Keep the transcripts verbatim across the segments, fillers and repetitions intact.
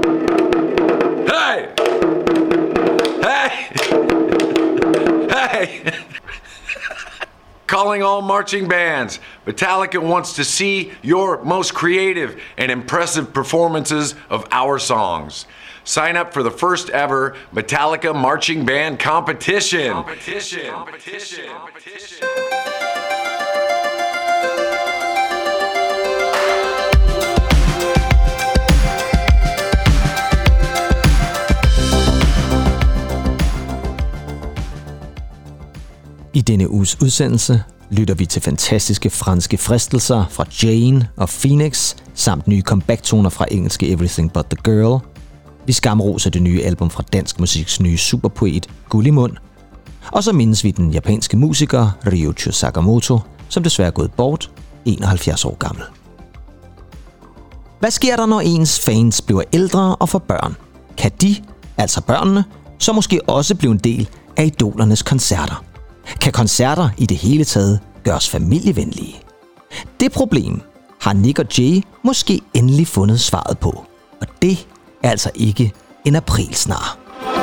Hey! Hey! Hey! Calling all marching bands. Metallica wants to see your most creative and impressive performances of our songs. Sign up for the first ever Metallica Marching Band Competition. Competition. Competition. Competition. I denne uges udsendelse lytter vi til fantastiske franske fristelser fra Jane og Phoenix, samt nye comeback-toner fra engelske Everything But The Girl. Vi skamroser det nye album fra dansk musiks nye superpoet Gullimund. Og så mindes vi den japanske musiker Ryuichi Sakamoto, som desværre er gået bort, enoghalvfjerds år gammel. Hvad sker der, når ens fans bliver ældre og får børn? Kan de, altså børnene, så måske også blive en del af idolernes koncerter? Kan koncerter i det hele taget gøres familievenlige? Det problem har Nick og Jay måske endelig fundet svaret på. Og det er altså ikke en aprilsnar.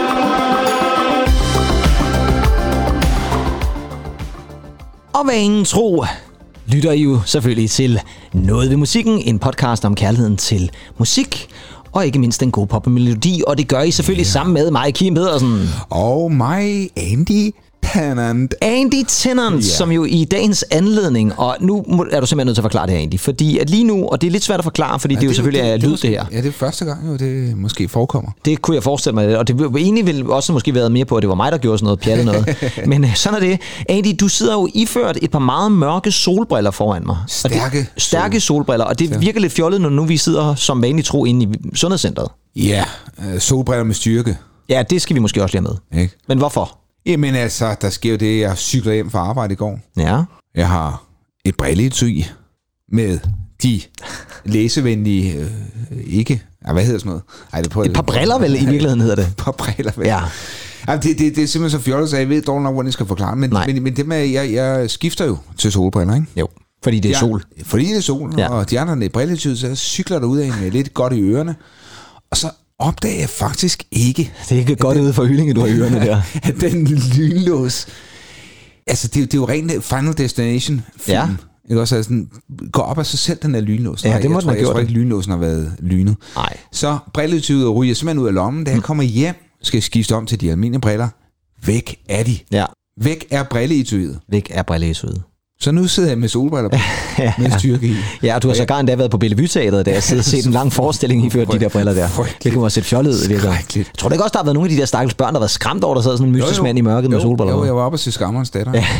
Og vanen tro lytter I jo selvfølgelig til Noget ved musikken, en podcast om kærligheden til musik, og ikke mindst den gode popmelodi, og det gør I selvfølgelig ja. sammen med mig, Kim Pedersen. Og mig, Andy Tennant. Andy Tennant, yeah. som jo i dagens anledning, og nu er du simpelthen nødt til at forklare det her, Andy, fordi at lige nu, og det er lidt svært at forklare, fordi ja, det, det er jo selvfølgelig det, er lyd, det her. Ja, det er første gang jo, det måske forekommer. Det kunne jeg forestille mig, og det ville egentlig ville også måske været mere på, at det var mig, der gjorde sådan noget pjattet noget. Men sådan er det. Andy, du sidder jo iført et par meget mørke solbriller foran mig. Stærke. Det, stærke solbriller, og det virker lidt fjollet, når nu vi sidder som vanligt tro inde i sundhedscentret. Ja, solbriller med styrke. Ja, det skal vi måske også lige have med. Ikke? Men hvorfor? Jamen altså, der sker jo det, jeg cykler hjem fra arbejde i går. Ja. Jeg har et brilleetui med de læsevenlige, øh, ikke, ja, hvad hedder sådan noget? Ej, det på, et par briller vel i virkeligheden hedder det. Et par briller vel. Ja. Jamen, det, det, det er simpelthen så fjollet, så jeg ved dårligt nok, hvordan jeg skal forklare men, men, men det med, jeg, jeg skifter jo til solbriller, ikke? Jo, fordi det er sol. Ja, fordi det er sol, ja. Og de andre brilleetui, så cykler der ud af med lidt godt i ørerne, og så opdager jeg faktisk ikke... Det er ikke godt den, ude for hyllinge, du har i ørerne der. At den lynlås... Altså, det, det er jo rent Final Destination film. Ja. Ikke også? Altså, går op af sig selv, den der lynlås. Ja, det må jeg den tror, have gjort. Jeg tror ikke, lynlåsen har været lynet. Nej. Så brilletyvet ryger simpelthen ud af lommen. Da jeg kommer hjem, skal jeg skifte om til de almindelige briller. Væk er de. Ja. Væk er brilletyvet. Væk er brilletyvet. Så nu sidder jeg med solbriller på, ja, med styrke i. Ja, og du har så gerne endda været på Bellevue-teateret, da jeg sidder og set en lang forestilling, I førte de der briller der. Det kunne have set fjollet ud. Jeg tror det ikke også, der har været nogle af de der stakkels børn, der har været skræmt over, der sad sådan en mystisk mand i mørket jo, med solbriller. Jo, jeg var oppe og se Skammerens datter. Ja.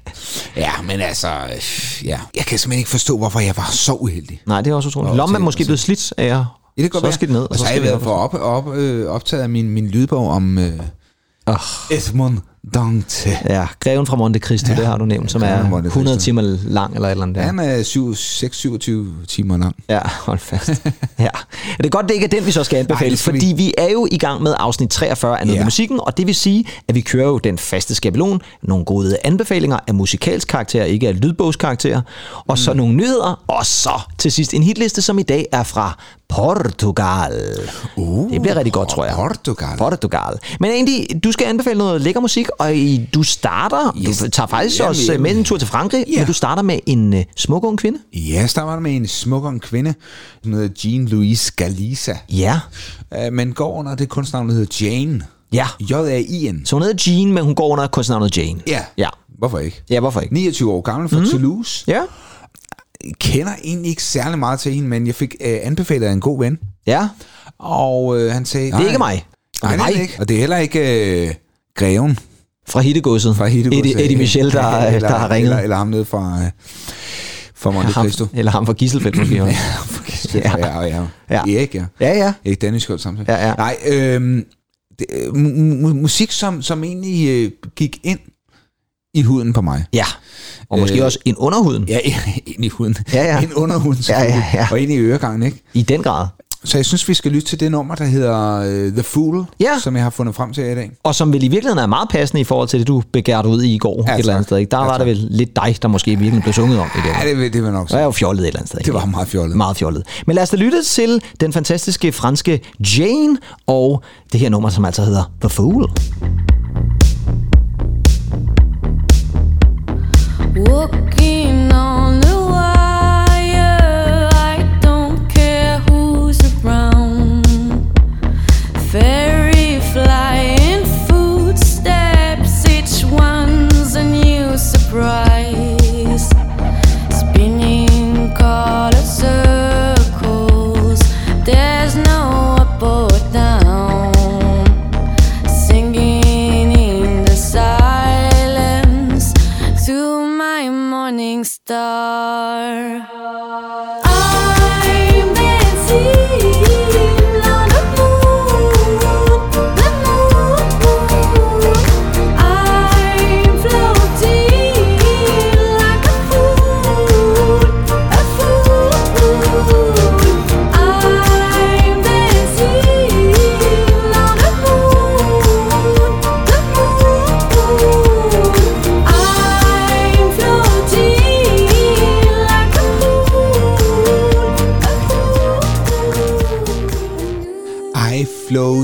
Ja, men altså, ja. Jeg kan simpelthen ikke forstå, hvorfor jeg var så uheldig. Nej, det er også utroligt. Lommen er måske blevet slidt af jer. Ja, det går så skal det ned. Og så har jeg været for op, op, øh, optaget af min, min lydbog om øh, oh. Edmond Dante. Ja, Greven fra Monte Cristo, ja, det har du nævnt, som er hundrede timer lang eller et eller andet der. Han er seks syvogtyve timer lang. Ja, hold fast. Ja. Det er godt, det ikke er den, vi så skal anbefale, Ej, skal fordi vi... vi er jo i gang med afsnit treogfyrre af Noget ja. musikken, og det vil sige, at vi kører jo den faste skabelon, nogle gode anbefalinger af musikalsk karakter, ikke af lydbogskarakter, og så mm. nogle nyheder, og så til sidst en hitliste, som i dag er fra Portugal. Uh, det bliver rigtig godt, tror jeg. Portugal. Portugal. Men Andy, du skal anbefale noget lækker musik, og du starter, yes. du tager faktisk jamen, også med en tur til Frankrig, yeah. men du starter med en uh, smuk ung kvinde. Ja, jeg starter med en smuk ung kvinde, som hedder Jean-Louise Galisa. Ja. Uh, men går under det kunstnavn, der hedder Jane. Ja. J A I N. Så hun hedder Jean, men hun går under kunstnavnet Jane. Ja. Ja. Hvorfor ikke? Ja, hvorfor ikke? niogtyve år gammel fra mm. Toulouse. Ja. Jeg kender egentlig ikke særlig meget til hende, men jeg fik uh, anbefalet af en god ven. Ja. Og uh, han sagde... Det er ikke mig. Nej, det er ikke. Og det er heller ikke uh, Greven. Fra Hittegodset. Fra Hittegodset. Eddie, Eddie Michel, der, eller, der har ringet. Eller, eller ham nede fra, uh, fra Monte Cristo. Eller ham fra Gisselfeldt måske også. Ja, fra Gisselfeldt. Ja, ja, ja. ja. Erik, ja. Ja, ja. Erik Daniskjold samtidig. Ja, ja. Nej, øh, det, mu- musik, som, som egentlig øh, gik ind i huden på mig. Ja, og måske øh, også ind under huden. Ja, ind i huden. Ja, ja. Ind under huden, ja, ja, ja. Og ind i øregangen, ikke? I den grad. Så jeg synes, vi skal lytte til det nummer, der hedder uh, The Fool, ja. som jeg har fundet frem til i dag. Og som vel i virkeligheden er meget passende i forhold til det, du begærte ud i i går. Ja, et eller andet sted. Der ja, var der vel lidt dig, der måske virkelig blev sunget om i det. Ja, det, det var nok så. Det var jo fjollet et eller andet sted. Det var meget fjollet. Meget fjollet. Men lad os da lytte til den fantastiske franske Jane og det her nummer, som altså hedder The Fool. Walking on the wire, I don't care who's around. Fairy flying footsteps, each one's a new surprise. Spinning color circles, there's no up or down. Singing in the silence to my morning star. I'm dancing on the moon, the moon. I'm floating like a fool, a fool. I'm dancing on the moon, the moon. I'm floating like a fool, a fool. I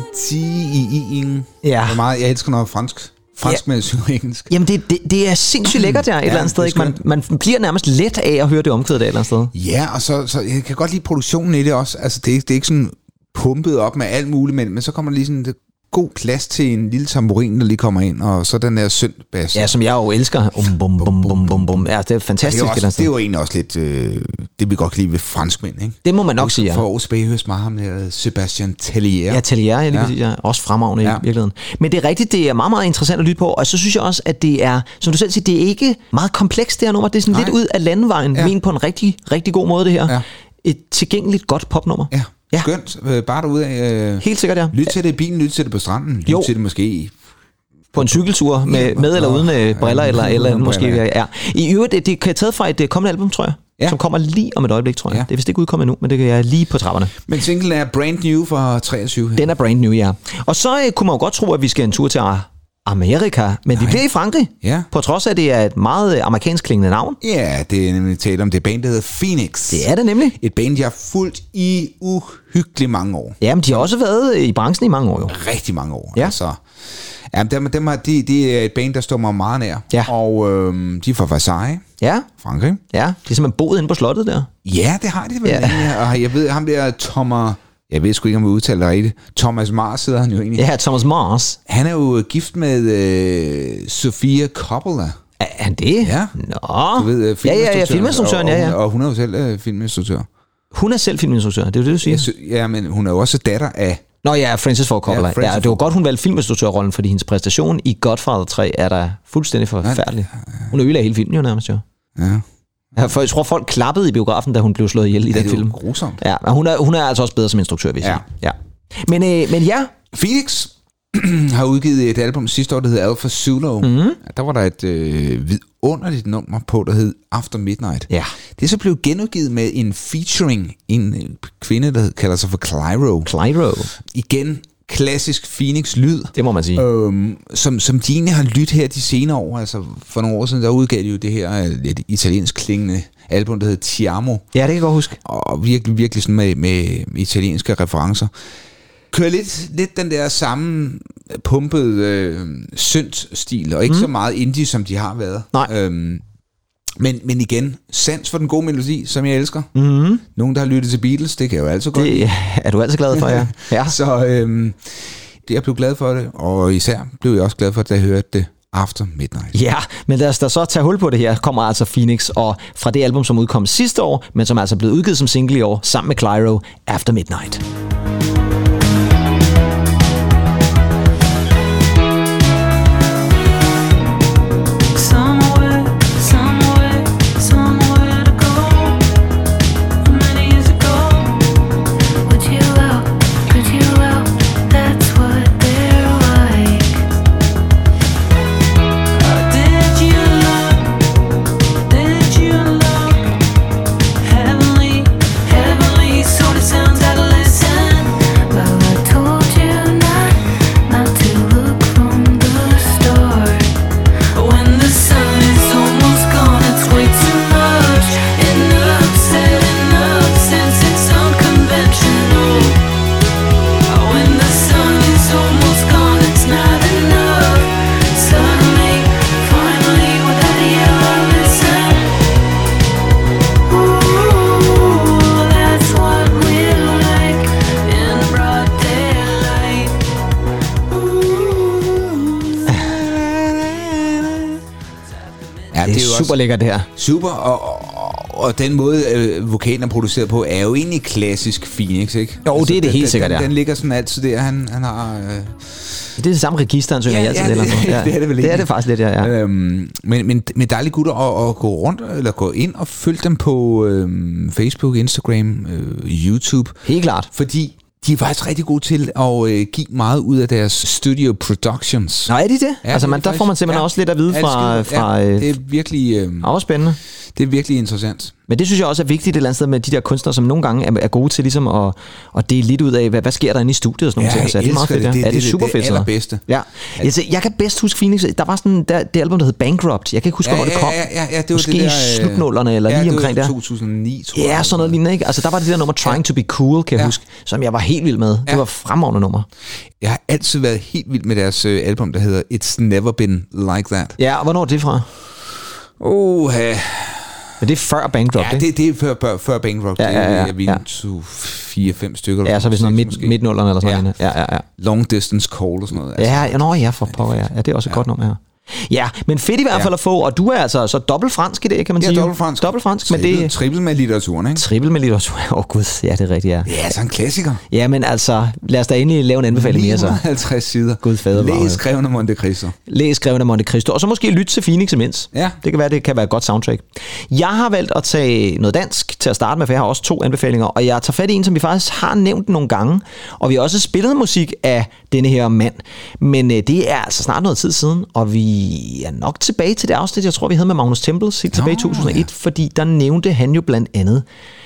floating. Ja. Det er meget, jeg elsker noget fransk. Fransk Ja. med synger engelsk. Jamen, det, det, det er sindssygt lækkert der et Ja, eller andet sted. det er Ikke? Man, man bliver nærmest let af at høre det omkvædet der et eller andet sted. Ja, og så, så jeg kan godt lide produktionen i det også. Altså, det er, det er ikke sådan pumpet op med alt muligt, men, men så kommer der lige sådan det god plads til en lille tamburin, der lige kommer ind, og så den der syntbass. Ja, som jeg jo elsker. Um, bum, bum, bum, bum, bum. Ja, det er fantastisk. det, er et eller også, andet sted. det er jo egentlig også lidt øh, det, vi godt kan lide ved franskmænd, ikke? Det må man nok sige, ja. For år tilbage høres meget ham der Sebastian Tellier. Ja, Tellier, ja, lige Ja. præcis, ja. Også fremragende Ja. i virkeligheden. Men det er rigtigt, det er meget, meget interessant at lytte på, og så synes jeg også, at det er, som du selv siger, det er ikke meget komplekst, det her nummer. Det er sådan Nej. lidt ud af landevejen, Ja. men på en rigtig, rigtig god måde, det her. Ja. Et tilgængeligt, godt popnummer. Ja, Ja. skønt. Øh, Bare derude af. Øh, Helt sikkert, ja. lyt til det i bilen, lyt til det på stranden, lyt Jo. til det måske. På en cykeltur med, med eller uden øh, briller, eller, eller uden måske. briller, Ja. I øvrigt, det, det kan jeg taget fra et øh, kommende album, tror jeg. Ja. Som kommer lige om et øjeblik, tror jeg. Ja. Det er vist ikke udkommet endnu, men det kan jeg lige på trapperne. Men singlen er brand new fra treogtyve. Den er brand new, ja. Og så øh, kunne man jo godt tro, at vi skal en tur til Amerika, men Nej. vi bliver i Frankrig. Ja. På trods af, at det er et meget øh, amerikansk klingende navn. Ja, det er nemlig tale om det band, der hedder Phoenix. Det er det nemlig. Et band, jeg har fulgt i uhyggeligt mange år. Jamen, de har også været i branchen i mange år, jo. Rigtig mange år. Ja. Altså, jamen, dem, dem er, de, de er et band, der står mig meget nær. Ja. Og øhm, de er fra Versailles, Ja, Frankrig. ja. De er simpelthen boet inde på slottet der. Ja, det har de vel. Ja. Ja. Og jeg ved, ham der Thomas... Jeg ved sgu ikke, om jeg udtaler det rigtigt. Thomas Mars hedder han jo egentlig. Ja, Thomas Mars. Han er jo gift med øh, Sofia Coppola. Er han det? Ja. Nå. Du ved, øh, ja, ja, ja, filminstruktøren, og, ja, ja. Og, og hun er jo selv øh, filminstruktør. Hun er selv filminstruktør, det er jo det, du siger. Jeg sy- ja, men hun er jo også datter af... Nå ja, Francis Ford Coppola. Ja, Ja, Francis ja, det var Ford. godt, hun valgte filminstruktørrollen, fordi hendes præstation i Godfather tre er da fuldstændig forfærdelig. Hun ødelagde hele filmen jo nærmest, jo. Ja. Ja, for jeg tror, folk klappede i biografen, da hun blev slået ihjel i Ja, den det er film. jo grusomt. Ja, men hun er, hun er altså også bedre som instruktør, vil jeg sige. Ja. Ja. Men, øh, men ja, Phoenix har udgivet et album sidste år, der hedder Alpha Zulu. Mm-hmm. Der var der et øh, vidunderligt nummer på, der hed After Midnight. Ja. Det er så blevet genudgivet med en featuring, en øh, kvinde, der kalder sig for Clyro. Clyro, Igen, klassisk Phoenix-lyd. det må man sige. Øhm, som, som de egentlig har lyttet her de senere år. Altså for nogle år siden, der udgav de jo det her øh, lidt italiensk klingende album, der hedder Ti Amo. Ja, det kan jeg godt huske. Og virkelig, virkelig sådan med, med italienske referencer. Kører lidt, lidt den der samme pumpede øh, synth-stil, og ikke mm. så meget indie, som de har været. Nej. Øhm, men, men igen, sans for den gode melodi, som jeg elsker. Mm-hmm. Nogen, der har lyttet til Beatles, det kan jeg jo altid godt lide. Det er du altid glad for, ja. Ja. Så øhm, jeg blev glad for det, og især blev jeg også glad for, at jeg hørte det After Midnight. Ja, men lad os da så tage hul på det her, kommer altså Phoenix, og fra det album, som udkom sidste år, men som altså er blevet udgivet som single i år, sammen med Clyro, After Midnight. Somewhere, somewhere, somewhere to go. Many years ago, put you out, put you out. That's what they're like. Did you look? Did you look? Heavenly, heavenly, sort of sounds adolescent. super lækkert det her. Super, og, og, og den måde, øh, vokalen er produceret på, er jo egentlig klassisk Phoenix, ikke? Jo, det er det den, helt sikkert, den, ja. Den ligger sådan altid der, han, han har... Øh... Det er det samme register, han synger Ja, i altid. ja, eller det- noget. Ja, det er det vel Det er egentlig. det faktisk lidt, ja. ja. Øhm, men, men, men dejlige gutter at, at gå rundt, eller gå ind og følge dem på øhm, Facebook, Instagram, øh, YouTube. Helt klart. Fordi de er faktisk rigtig gode til at øh, give meget ud af deres studio productions. Nå, er de det? Ja, altså, det er man, der faktisk- får man simpelthen ja. også lidt at vide Ja, fra... det, skal- fra ja, øh, det er virkelig, øh, også spændende. det er virkelig interessant. Men det synes jeg også er vigtigt et eller andet sted med de der kunstnere, som nogle gange er, er gode til ligesom at, at dele lidt ud af, hvad, hvad sker der inde i studiet og sådan nogle Ja, ting. Så jeg det er meget elsker fedt, det. ja. Det- Ja, det er det- super det fedt. så. allerbedste. Ja. Altså, jeg kan bedst huske Phoenix. Der var sådan der, det album, der hed Bankrupt. Jeg kan ikke huske, Ja, hvor det ja, kom. ja, ja, ja, det var Måske det der, i øh, slutnullerne eller ja, lige det var omkring der. to tusind og ni, tror jeg. Ja, sådan noget lignende, ikke? Altså, der var det der nummer Trying to be Cool, kan jeg Ja. huske, som jeg var helt vild med. Det Ja. var fremragende nummer. Jeg har altid været helt vild med deres øh, album, der hedder It's Never Been Like That. Ja, og hvornår er det fra? Åh, ja. Men det er før Bankrupt, Ja, ikke? det, det er før, før, før Bankrupt. Ja, ja, ja, Det er vi ja. to, fire, fem stykker. Ja, så er vi sådan noget måske. midt, midtnullerne eller sådan Ja. noget. Ja, ja, ja. Long Distance Call og sådan noget. Ja, ja, nå, ja, for pokker, ja. Ja, det er også et godt nummer her. Ja, men fedt i hvert fald Ja. at få, og du er altså så dobbelt fransk i det, kan man Ja, sige. dobbelt fransk. Dobbelt fransk, men Trippel, det trippel med litteraturen, ikke? trippel med litteratur. Åh oh, gud, ja, det er rigtigt, ja. Ja, så en klassiker. Ja, men altså, lad os da endelig lave en anbefaling mere, ni så. hundrede og halvtreds sider. Gud fader, hvor- Læs Greven af Monte Cristo. Læs Greven af Monte Cristo, og så måske lytte til Phoenix imens. Ja. Det kan være, det kan være et godt soundtrack. Jeg har valgt at tage noget dansk til at starte med, for jeg har også to anbefalinger, og jeg tager fat i en, som vi faktisk har nævnt nogle gange, og vi har også spillet musik af denne her mand. Men øh, det er altså snart noget tid siden, og vi er nok tilbage til det afsnit, jeg tror, vi havde med Magnus Tempels helt tilbage i to tusind og et, ja. fordi der nævnte han jo blandt andet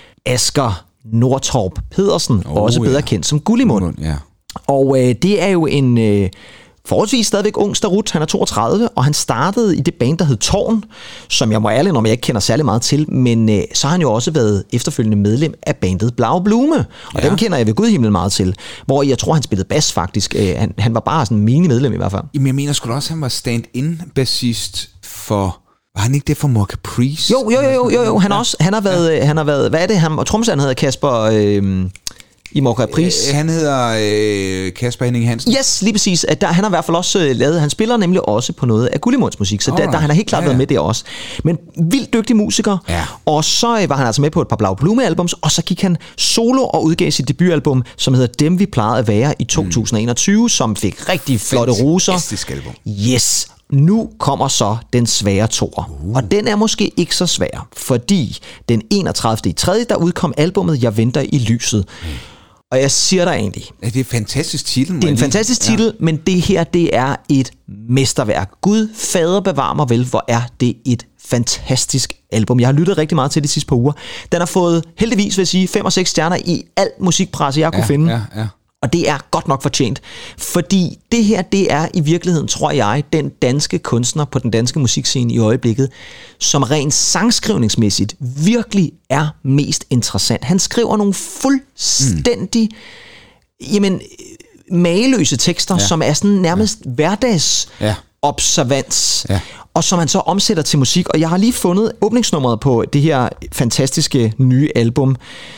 Asger Nordtorp Pedersen, Oh, også bedre ja. kendt som Gullimund. Ja. Og øh, det er jo en øh, forholdsvis stadigvæk ung starut. Han er toogtredive, og han startede i det band, der hed Tårn, som jeg må ærligt om, jeg ikke kender særlig meget til, men øh, så har han jo også været efterfølgende medlem af bandet Blau Blume, og Ja. dem kender jeg ved Gudhimlen meget til, hvor jeg tror, han spillede bas faktisk. Øh, han, han var bare sådan en menig medlem i hvert fald. Jamen, jeg mener sgu da også, at han var stand-in-bassist for... Var han ikke det for More Caprice? Jo, jo, jo, jo, jo, jo. Han, ja. også, han, har været, ja. han har været, hvad er det, han, og tromsøren hedder Kasper øh, i More Caprice. Øh, han hedder øh, Kasper Henning Hansen. Yes, lige præcis. At der, han har i hvert fald også øh, lavet, han spiller nemlig også på noget af Gullimunds musik, så der, Alright. der, han har helt klart Ja, været ja. med der også. Men vildt dygtig musiker, Ja. og så øh, var han altså med på et par Blau Blume-albums, og så gik han solo og udgav sit debutalbum, som hedder Dem vi plejede at være i to tusind og enogtyve, som fik rigtig flotte roser. Fantastisk album. Yes. Nu kommer så den svære toer. Uh. Og den er måske ikke så svær, fordi den enogtredivte i tredje der udkom albumet Jeg venter i lyset. Mm. Og jeg siger dig egentlig, Ja, det er en fantastisk titel. må det er jeg en lige- fantastisk titel, ja. Men det her, det er et mesterværk. Gud fader bevar mig vel, hvor er det et fantastisk album. Jeg har lyttet rigtig meget til det sidste par uger. Den har fået, heldigvis vil jeg sige, fem og seks stjerner i al musikpresse, jeg Ja, kunne finde. ja, ja. Og det er godt nok fortjent, fordi det her, det er i virkeligheden, tror jeg, den danske kunstner på den danske musikscene i øjeblikket, som rent sangskrivningsmæssigt virkelig er mest interessant. Han skriver nogle fuldstændig, mm. jamen, mageløse tekster, ja. Som er sådan nærmest ja. hverdags Ja. observans, Ja. og som man så omsætter til musik. Og jeg har lige fundet åbningsnummeret på det her fantastiske nye album.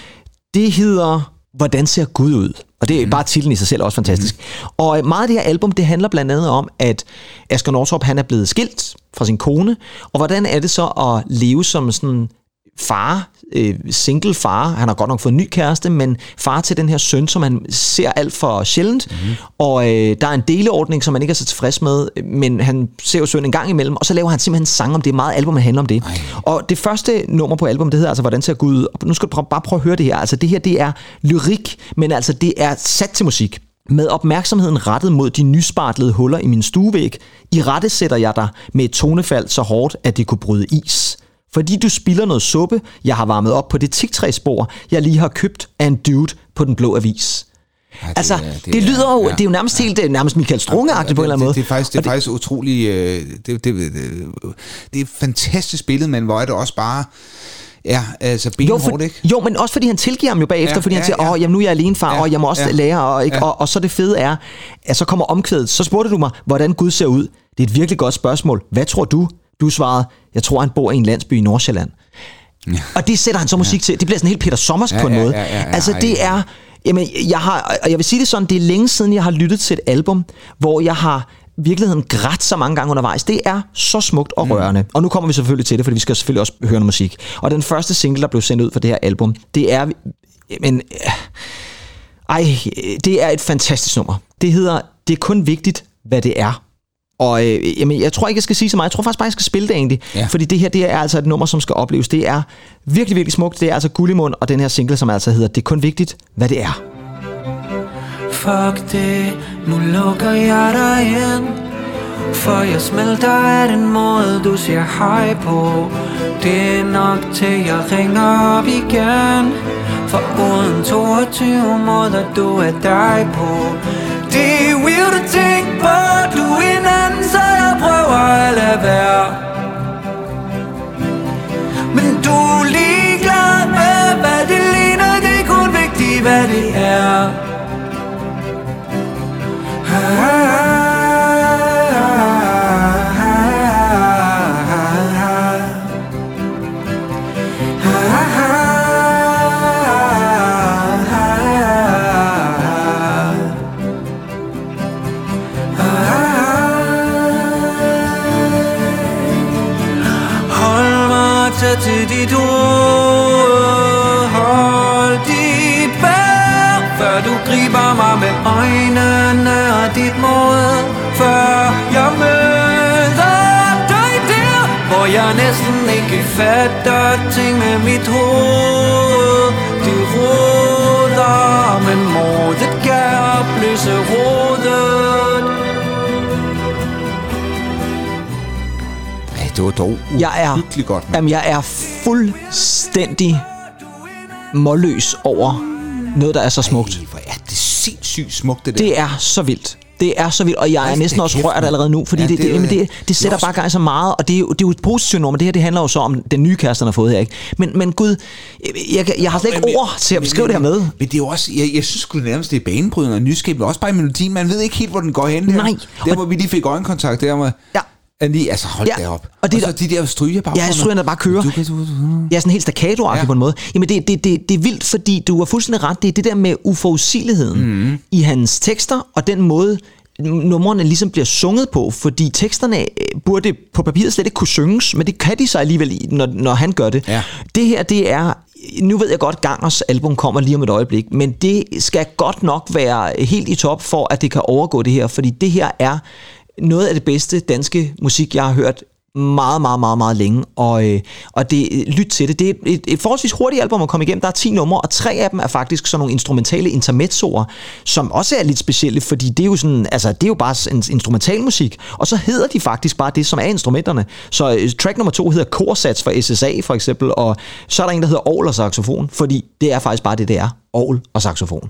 Det hedder Hvordan ser Gud ud? Og det er mm. bare titlen i sig selv også fantastisk. Mm. Og meget af det her album, det handler blandt andet om, at Asger Nordtorp, han er blevet skilt fra sin kone, og hvordan er det så at leve som sådan far, øh, single far. Han har godt nok fået en ny kæreste, men far til den her søn, som han ser alt for sjældent. Mm. Og øh, der er en deleordning, som han ikke er så tilfreds med, men han ser jo søn en gang imellem, og så laver han simpelthen en sang om det. Meget album, der handler om det. Ej. Og det første nummer på album, det hedder altså Hvordan ser Gud ud? Og nu skal du bare prøve at høre det her. Altså det her, det er lyrik, men altså det er sat til musik. Med opmærksomheden rettet mod de nyspartlede huller i min stuevæg, i rette sætter jeg dig med et tonefald så hårdt, at det kunne bryde is. Fordi du spilder noget suppe, jeg har varmet op på det tigtræsspor, jeg lige har købt af en dude på den blå avis. Ja, det, altså, det, det lyder jo, ja, det er jo nærmest ja. helt, nærmest Michael Strunge-agtigt på en eller anden måde. Det, det er faktisk, det er det, faktisk utrolig, øh, det, det, det, det er et fantastisk billede, men hvor er det også bare, ja, altså benhårdt, jo, for, ikke? Jo, men også fordi han tilgiver ham jo bagefter, ja, fordi ja, han siger, åh, ja. oh, jamen nu er jeg alene far, ja, og jeg må også ja, lære, og, ikke? Ja. Og, og så det fede er, at så kommer omkvædet, så spurgte du mig, hvordan Gud ser ud. Det er et virkelig godt spørgsmål. Hvad tror du? Du svarede, jeg tror, han bor i en landsby i Nordsjælland. Ja. Og det sætter han så musik ja. til. Det bliver sådan helt Peter Sommers ja, på en ja, måde. Ja, ja, ja, altså det er, jamen, jeg har, og jeg vil sige det sådan, det er længe siden, jeg har lyttet til et album, hvor jeg har virkeligheden grædt så mange gange undervejs. Det er så smukt og rørende. Mm. Og nu kommer vi selvfølgelig til det, fordi vi skal selvfølgelig også høre noget musik. Og den første single, der blev sendt ud for det her album, det er... Men, ej, det er et fantastisk nummer. Det hedder Det er kun vigtigt, hvad det er. Og øh, jamen, jeg tror ikke, jeg skal sige så meget. Jeg tror faktisk bare, jeg skal spille det egentlig. Ja. Fordi det her, det er altså et nummer, som skal opleves. Det er virkelig, virkelig smukt. Det er altså Gullimund og den her single, som altså hedder Det er kun vigtigt, hvad det er. Fuck det, nu lukker jeg dig ind. For jeg smelter af den måde, du siger hej på. Det er nok til, jeg ringer op igen. For uden toogtyve måder, du er dig på. Det er weird at tænke på, du er en anden, så jeg prøver at lade være. Men du er ligeglad med, hvad det ligner. Det er kun vigtigt, hvad det er. Til dit ord, hold dit vejr, før du griber mig med øjnene og dit mod, før jeg møder dig der, hvor jeg næsten ikke fatter ting med mit hoved. Det råder, men modet kan opløse rådet. Det var dog jeg er, uhyggeligt godt. Jamen, jeg er fuldstændig målløs over noget, der er så smukt. Ej, hvor er det sindssygt smukt, det der. Det er så vildt. Det er så vildt, og jeg er næsten også rørt allerede nu, fordi ja, det, det, det, det, det sætter bare gang så meget, og det er, jo, det er jo et positivt nummer. Det her, det handler jo så om den nye kæreste, han har fået her, ikke? Men, men gud, jeg, jeg har slet ikke men, ord til at beskrive det her med. Men det er jo også, jeg, jeg synes sgu nærmest, det er banebrydende og nyskabende, også bare i melodien. Man ved ikke helt, hvor den går hen. Der. Nej. Der, hvor vi lige fik øjenkontakt, der med... Ja. Lige, altså hold ja, derop. Og, det, og så de der stryger bare. Ja, strygerne der bare kører. Du, du, du, du. Ja, sådan helt staccato-agtigt ja. På en måde. Jamen det, det, det, det er vildt, fordi du har fuldstændig ret. Det er det der med uforudsigeligheden mm. i hans tekster, og den måde numrene ligesom bliver sunget på, fordi teksterne burde på papiret slet ikke kunne synges, men det kan de så alligevel, når, når han gør det. Ja. Det her, det er, nu ved jeg godt, Gangers album kommer lige om et øjeblik, men det skal godt nok være helt i top, for at det kan overgå det her, fordi det her er noget af det bedste danske musik, jeg har hørt meget, meget, meget, meget længe, og, øh, og det, lyt til det. Det er et, et forholdsvis hurtigt album at komme igennem. Der er ti numre, og tre af dem er faktisk sådan nogle instrumentale intermezzoer, som også er lidt specielle, fordi det er jo sådan, altså det er jo bare en instrumental musik, og så hedder de faktisk bare det, som er instrumenterne. Så øh, track nummer to hedder Korsats for S S A for eksempel, og så er der en, der hedder Orgel og saxofon, fordi det er faktisk bare det, det er. Orgel og saxofon.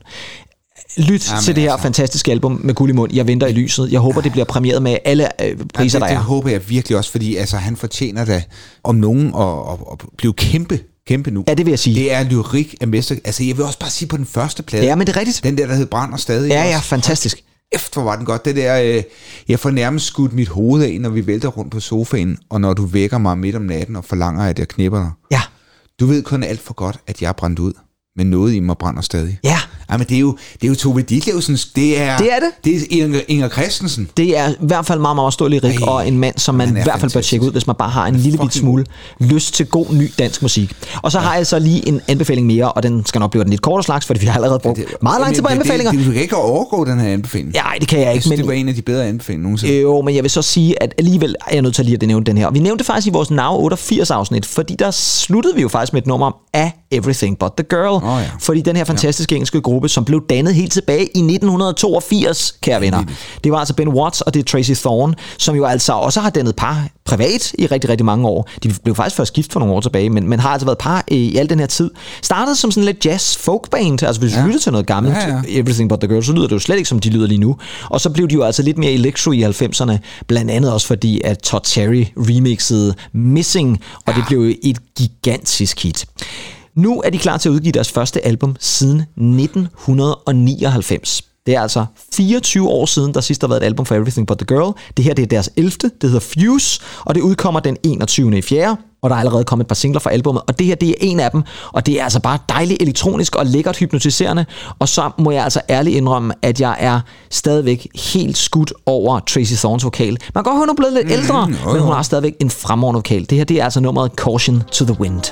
Lyt Jamen, til det her altså. fantastiske album med Gullimund. Jeg venter i lyset. Jeg håber, det bliver præmieret med alle øh, priser, ja, det, der er. Det håber jeg virkelig også, fordi altså, han fortjener da om nogen at, at, at blive kæmpe, kæmpe nu. Ja, det vil jeg sige. Det er lyrik af mester. Altså, jeg vil også bare sige på den første plade. Ja, men det er rigtigt. Den der, der hed Brænder stadig. Ja, ja, fantastisk. Efter var den godt. Det der, øh, jeg får nærmest skudt mit hoved af, når vi vælter rundt på sofaen, og når du vækker mig midt om natten og forlanger, at jeg knipper dig. Ja. Du ved kun alt for godt, at jeg er brændt ud. Men noget i mig brænder stadig. Ja. Ja, men det er jo, det er jo Tove Ditlevsens, det er... Det er det. Det er Inger, Inger Christensen. Det er i hvert fald meget, meget stor lyrik, Ej, og en mand, som man i hvert fald fantastisk. bør tjekke ud, hvis man bare har en lille bit smule lyst til god, ny dansk musik. Og så ja. har jeg så lige en anbefaling mere, og den skal nok blive den lidt kortere slags, fordi vi har allerede brugt ja, det, meget lang tid på anbefalinger. Det, det, du kan ikke overgå den her anbefaling. Nej, det kan jeg ikke. Jeg synes, men, det var en af de bedre anbefalinger nogensinde. Jo, men jeg vil så sige, at alligevel er jeg nødt til at lige at nævne den her. Vi nævnte faktisk i vores Now otteogfirs afsnit, fordi der sluttede vi jo faktisk med et nummer af Everything But The Girl. Oh, ja. Fordi den her fantastiske ja. engelske gruppe, som blev dannet helt tilbage i nitten toogfirs, kære venner. Det var altså Ben Watts, og det er Tracy Thorn, som jo altså også har dannet par privat i rigtig, rigtig mange år. De blev faktisk først gift for nogle år tilbage, men, men har altså været par i, i al den her tid. Startede som sådan lidt jazz folk band, altså hvis du ja. lytter til noget gammelt, ja, ja. Everything But The Girl, så lyder det jo slet ikke som de lyder lige nu. Og så blev de jo altså lidt mere electro i halvfemserne, blandt andet også fordi, at Todd Terry remixede Missing, og ja. det blev jo et gigantisk hit. Nu er de klar til at udgive deres første album siden nitten nioghalvfems. Det er altså fireogtyve år siden, der sidst har været et album for Everything But The Girl. Det her det er deres ellevte. Det hedder Fuse, og det udkommer den enogtyvende i fjerde Og der er allerede kommet et par singler fra albumet, og det her det er en af dem. Og det er altså bare dejligt elektronisk og lækkert hypnotiserende. Og så må jeg altså ærligt indrømme, at jeg er stadigvæk helt skudt over Tracy Thorns vokal. Man kan godt høre, hun er blevet lidt ældre, mm, men hun har stadigvæk en fremragende vokal. Det her det er altså nummeret Caution to the Wind.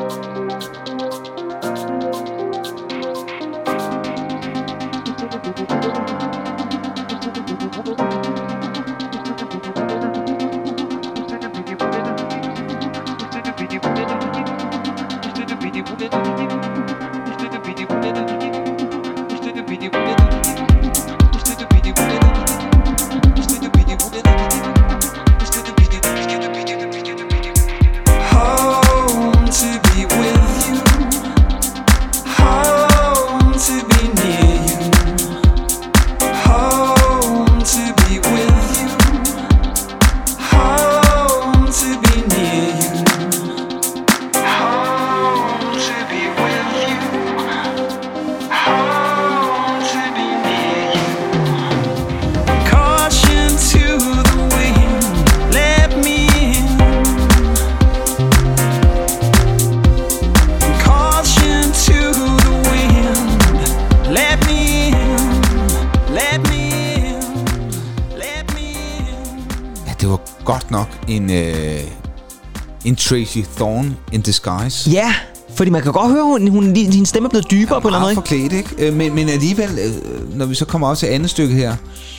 En, øh, en Tracy Thorn in disguise. Ja, fordi man kan godt høre, hun, hun, hendes stemme er blevet dybere på en eller anden måde. Forklædt, ikke? Men, men alligevel, øh, når vi så kommer også til andet stykke her,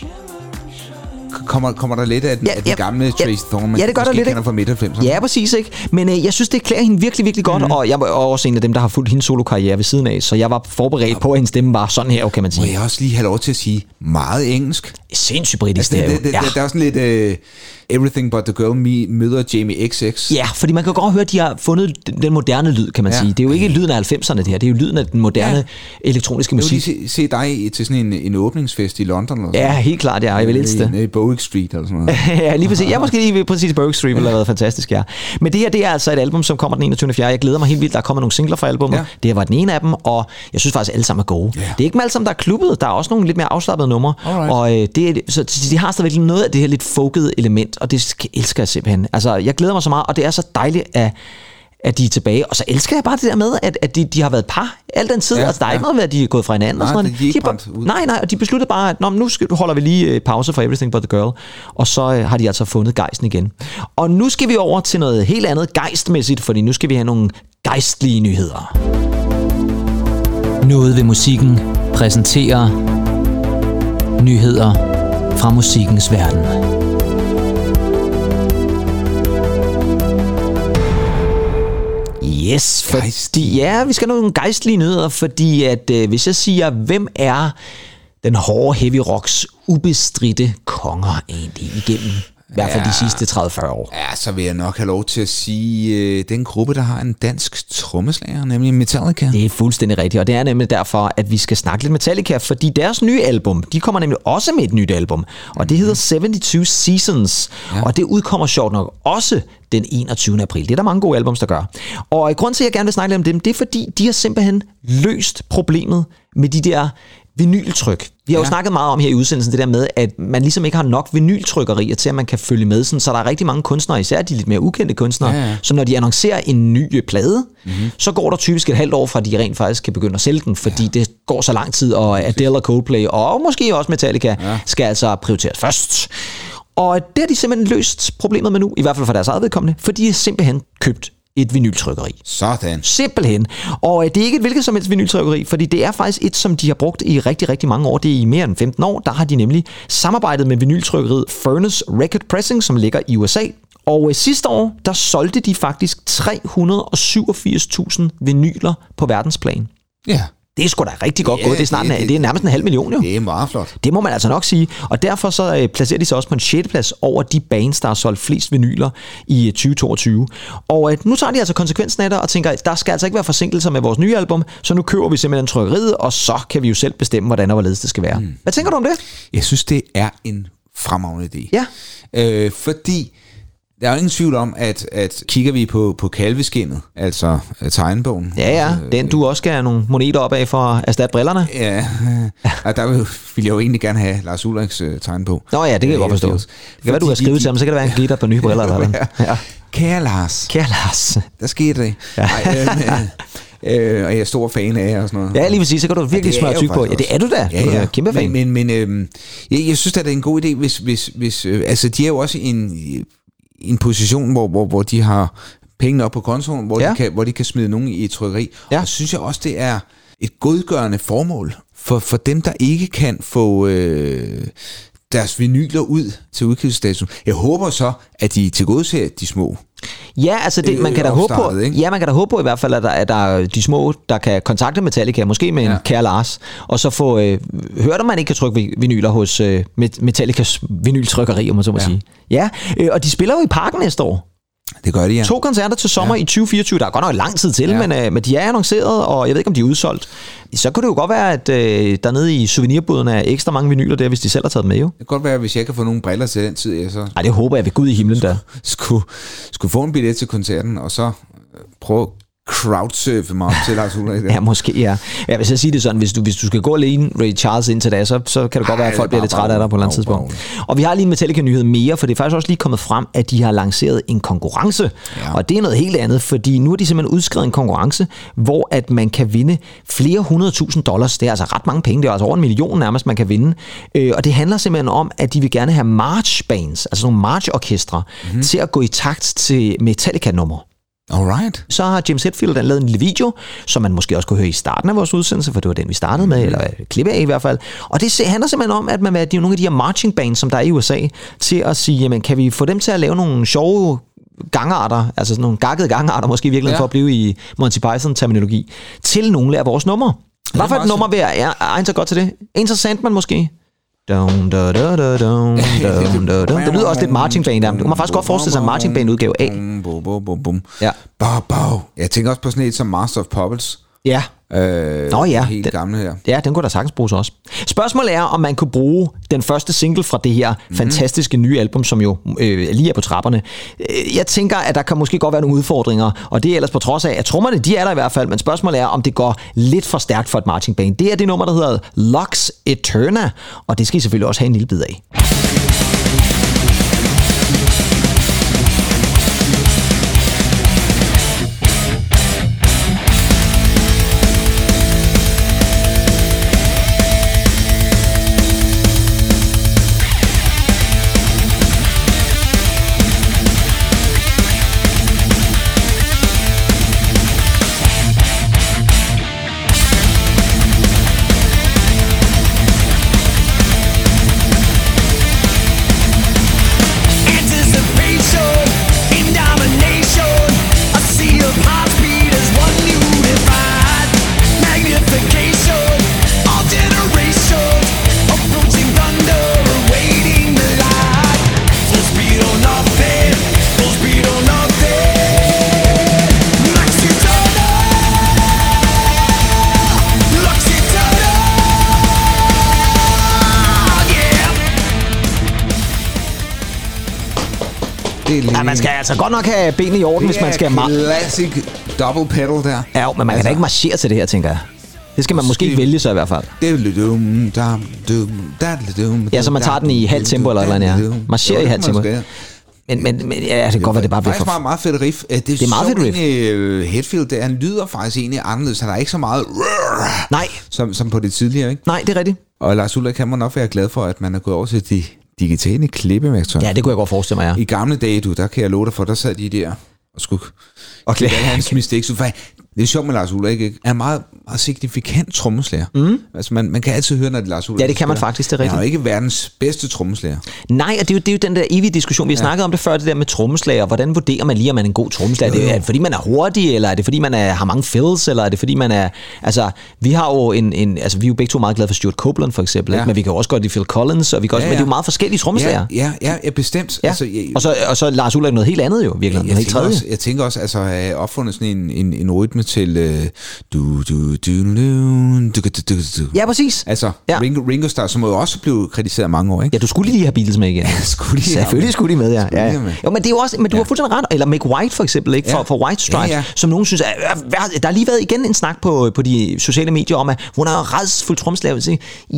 kommer, kommer der lidt af den, ja, af den ja, gamle Tracy ja, Thorn, man ja, det gør måske der kender fra midt halvfemserne. Ja, præcis, ikke? Men øh, jeg synes, det klæder hende virkelig, virkelig godt, mm-hmm. og jeg var også en af dem, der har fulgt hendes solokarriere ved siden af, så jeg var forberedt ja, på, at hendes stemme var sådan her, kan man sige. Må jeg også lige have lov til at sige meget engelsk? Sindssygt britisk, altså, det, det, det, ja. det, der er sådan lidt... Øh, Everything But The Girl me, møder Jamie X X. Ja, fordi man kan godt høre, at de har fundet den moderne lyd, kan man ja. sige. Det er jo ikke lyden af halvfemserne, det her. Det er jo lyden af den moderne ja. elektroniske musik. Jeg vil lige se, se dig til sådan en, en åbningsfest i London. Eller ja, helt klart, ja. Jeg vil elske det. I Bowick Street eller sådan noget. Ja, lige præcis. Jeg måske lige præcis i Bowick Street, ville have været fantastisk, ja. Men det her, det er altså et album, som kommer den enogtyvende fjerde Jeg glæder mig helt vildt. Der er kommet nogle singler fra albumet. Ja. Det her var den ene af dem, og jeg synes faktisk, alle sammen er gode. Ja. Det er ikke dem alle sammen, der er klubbet. Der er også nogle lidt mere afslappede numre. Alright. Og øh, det er, så de har stadigvæk noget af det her lidt folkede element, og det elsker jeg simpelthen. Altså, jeg glæder mig så meget, og det er så dejligt, at, at de er tilbage. Og så elsker jeg bare det der med, at, at de, de har været par al den tid. Ja, altså, der er ja. ikke noget ved, at de er gået fra hinanden. Nej, og sådan det, de er ikke bare, nej, nej, og de besluttede bare, at nu skal, holder vi lige pause for Everything But The Girl. Og så øh, har de altså fundet gejsten igen. Og nu skal vi over til noget helt andet gejstmæssigt, fordi nu skal vi have nogle gejstlige nyheder. Noget ved musikken præsenterer nyheder fra musikkens verden. Yes, fordi, ja, vi skal have nogle gejstlige nyheder, fordi at øh, hvis jeg siger, hvem er den hårde heavy rocks ubestridte konger egentlig igennem, i hvert fald ja, de sidste tredive til fyrre år? Ja, så vil jeg nok have lov til at sige, øh, den gruppe, der har en dansk trommeslager, nemlig Metallica. Det er fuldstændig rigtigt, og det er nemlig derfor, at vi skal snakke lidt Metallica, fordi deres nye album, de kommer nemlig også med et nyt album, og det hedder syvoghalvtreds Seasons, ja. og det udkommer sjovt nok også den enogtyvende april. Det er der mange gode albums, der gør. Og grunden til, at jeg gerne vil snakke lidt om dem, det er fordi, de har simpelthen løst problemet med de der vinyltryk. Vi har jo ja. snakket meget om her i udsendelsen det der med, at man ligesom ikke har nok vinyltrykkerier til, at man kan følge med. Sådan, så der er rigtig mange kunstnere, især de lidt mere ukendte kunstnere, ja, ja. som når de annoncerer en ny plade, mm-hmm. så går der typisk et halvt år fra, at de rent faktisk kan begynde at sælge den, fordi ja. det går så lang tid, og Adele og Coldplay, og måske også Metallica, ja. skal altså prioriteres først. Og det har de simpelthen løst problemet med nu, i hvert fald for deres eget vedkommende, for de har simpelthen købt et vinyltrykkeri. Sådan. Simpelthen. Og det er ikke et hvilket som helst vinyltrykkeri, fordi det er faktisk et, som de har brugt i rigtig, rigtig mange år. Det er i mere end femten år. Der har de nemlig samarbejdet med vinyltrykkeriet Furnace Record Pressing, som ligger i U S A. Og øh, sidste år, der solgte de faktisk tre hundrede og syvogfirs tusind vinyler på verdensplan. Ja. Det er sgu da rigtig godt ja, gået. Det er, snart det, det, det er nærmest en halv million, jo. Det er meget flot. Det må man altså nok sige. Og derfor så øh, placerer de sig også på en sjette plads over de bands, der har solgt flest vinyler i øh, tyve toogtyve. Og øh, nu tager de altså konsekvensen af det og tænker, at der skal altså ikke være forsinkelser med vores nye album, så nu køber vi simpelthen trykkeriet, og så kan vi jo selv bestemme, hvordan og hvorledes det skal være. Mm. Hvad tænker du om det? Jeg synes, det er en fremragende idé. Ja. Øh, fordi Der er jo ingen tvivl om, at, at kigger vi på, på kalveskinnet, altså tegnebogen. Ja, ja. Den du også skal have nogle moneter op af for at erstatte brillerne. Ja, og der vil, vil jeg jo egentlig gerne have Lars Ulrichs uh, tegnbog. Nå ja, det kan jeg godt forstå. Det kan være, du har skrevet til ham, så kan det være en glitter på nye briller. Eller ja. Kære Lars. Kære Lars. Der skete det. Ja. Ej, øh, øh, og jeg er stor fan af og sådan noget. Ja, lige præcis, så kan du virkelig smøre tyk på. Ja, det er du da. Ja, du er ja. Kæmpe fan. Men, men, men øh, jeg, jeg synes, at det er en god idé, hvis... hvis, hvis øh, altså, de er jo også i en, i en position, hvor, hvor, hvor de har pengene op på kontoen, hvor, ja. de kan, hvor de kan smide nogen i et trykkeri. Ja. Og så synes jeg også, det er et godgørende formål for, for dem, der ikke kan få... Øh, deres vinyler ud til udgivelsesdatoen. Jeg håber så, at de tilgodeser de små. Ja, altså det, man kan da håbe på. Ikke? Ja, man kan da håbe på i hvert fald, at der, at der er de små, der kan kontakte Metallica, måske med en ja. kære Lars, og så få øh, hørt, om man ikke kan trykke vinyler hos øh, Metallicas vinyltrykkeri, om man så må ja. sige. Ja, øh, og de spiller jo i Parken næste år. Det gør de, ja. To koncerter til sommer ja. i tyve fireogtyve. Der er godt nok lang tid til, ja. men, øh, men de er annonceret, og jeg ved ikke, om de er udsolgt. Så kunne det jo godt være, at øh, der nede i souvenirbuden er ekstra mange vinyler der, hvis de selv har taget med jo. Det kan godt være, hvis jeg kan få nogle briller til den tid, jeg så... Ej, det håber jeg ved Gud i himlen der. Skulle, skulle få en billet til koncerten, og så prøve crowdsurfe mig op til Lars Ulrich. Ja, måske, ja. Jeg vil så sige det sådan, hvis du, hvis du skal gå alene Ray Charles ind til det, så, så kan det godt Ej, være, at folk bliver lidt trætte af dig på et eller andet tidspunkt. Og vi har lige en Metallica-nyhed mere, for det er faktisk også lige kommet frem, at de har lanceret en konkurrence. Ja. Og det er noget helt andet, fordi nu har de simpelthen udskrevet en konkurrence, hvor at man kan vinde flere hundrede tusind dollars. Det er altså ret mange penge, det er altså over en million nærmest, man kan vinde. Og det handler simpelthen om, at de vil gerne have marchbands, altså nogle marchorkestre, mm-hmm. til at gå i takt til Metallica-nummer. Alright. Så har James Hetfield lavet en lille video, som man måske også kunne høre i starten af vores udsendelse, for det var den, vi startede med, eller klippe af i hvert fald. Og det handler simpelthen om, at man vil have nogle af de her marching bands, som der er i U S A, til at sige, jamen kan vi få dem til at lave nogle sjove gangarter, altså sådan nogle gakkede gangarter, måske virkelig ja. for at blive i Monty Python-terminologi, til nogle af vores numre. Hvad for et nummer vil jeg egne så godt til det? Enter Sandman måske? Dum, da, da, da, dum, dum, da, dum. Det lyder også lidt marching band der. Du kan man faktisk godt forestille sig en marching band udgave af. Ja. Jeg tænker også på sådan et som Master of Puppets. Ja. Øh, Nå ja. Helt den, gamle her. Ja, den kunne da sagtens bruges også. Spørgsmålet er, om man kunne bruge den første single fra det her mm-hmm. fantastiske nye album, som jo øh, lige er på trapperne. Jeg tænker, at der kan måske godt være nogle udfordringer, og det er ellers på trods af, at trommerne, de er der i hvert fald, men spørgsmålet er, om det går lidt for stærkt for et marching band. Det er det nummer, der hedder Lux Eterna, og det skal I selvfølgelig også have en lille bid af. Ja, man skal altså godt nok have benene i orden, hvis man skal... Det er classic double pedal der. Ja, men man altså, kan da ikke marchere til det her, tænker jeg. Det skal man måske ikke vælge så i hvert fald. Ja, så man tager den i halvt tempo eller eller andet, ja. Marcherer i halvt tempo. Men, men, men ja, det kan godt være, det bare bliver for... Det er faktisk meget fedt riff. Det er, det er meget fedt riff. Egentlig, Hetfield, der, han lyder faktisk egentlig anderledes, så der er ikke så meget... Nej. Som, som på det tidligere, ikke? Nej, det er rigtigt. Og Lars Ulrich kan man nok være glad for, at man er gået over til de digitale klippeværktøjer. Ja, det kunne jeg godt forestille mig, ja. I gamle dage, du, der kan jeg love dig for, der sad de der og skulle... Okay. Det er hans mistakes. Det er sjovt med Lars Ulrich, ikke? Han er meget, meget signifikant trommeslager. Mm. Altså, man, man kan altid høre, når det er Lars Ulrich. Ja, det kan man faktisk, det er rigtigt. Han er jo ikke verdens bedste trommeslager. Nej, og det er, jo, det er jo den der evige diskussion. Vi har ja. snakket om det før, det der med trommeslager. Hvordan vurderer man lige, om man er en god trommeslager? Er det fordi, man er hurtig, eller er det fordi, man er, har mange fills, eller er det fordi, man er... Altså, vi har jo en... en altså, vi er jo begge to meget glade for Stuart Copeland, for eksempel. Ja. Men vi kan jo også godt lide Phil Collins, og vi kan også... Ja, ja. Men det er jo meget forskellige trommeslager. Ja, ja, ja, bestemt. Ja. Altså, jeg, og, så, og så Lars Ulrich noget helt andet jo, virkelig. Jeg, jeg, tænker, også, jeg tænker også, altså, at have opfundet sådan en, en, en rytme stemme til øh, du, du, du, du, du, du, du, du. Ja, præcis. Altså, ja. Ringo, Ringo Starr, som jo også blev kritiseret mange år, ikke? Ja, du skulle lige have Beatles med igen. Ja, skulle de Selvfølgelig skulle de med, ja. ja. Med. Jo, men det er jo også, men du ja. har fuldstændig ret. Eller Meg White for eksempel, ikke? For, ja. for White Stripes, ja, ja. som nogen synes, at, der har lige været igen en snak på, på de sociale medier om, at hun er rædselsfuld trommeslager.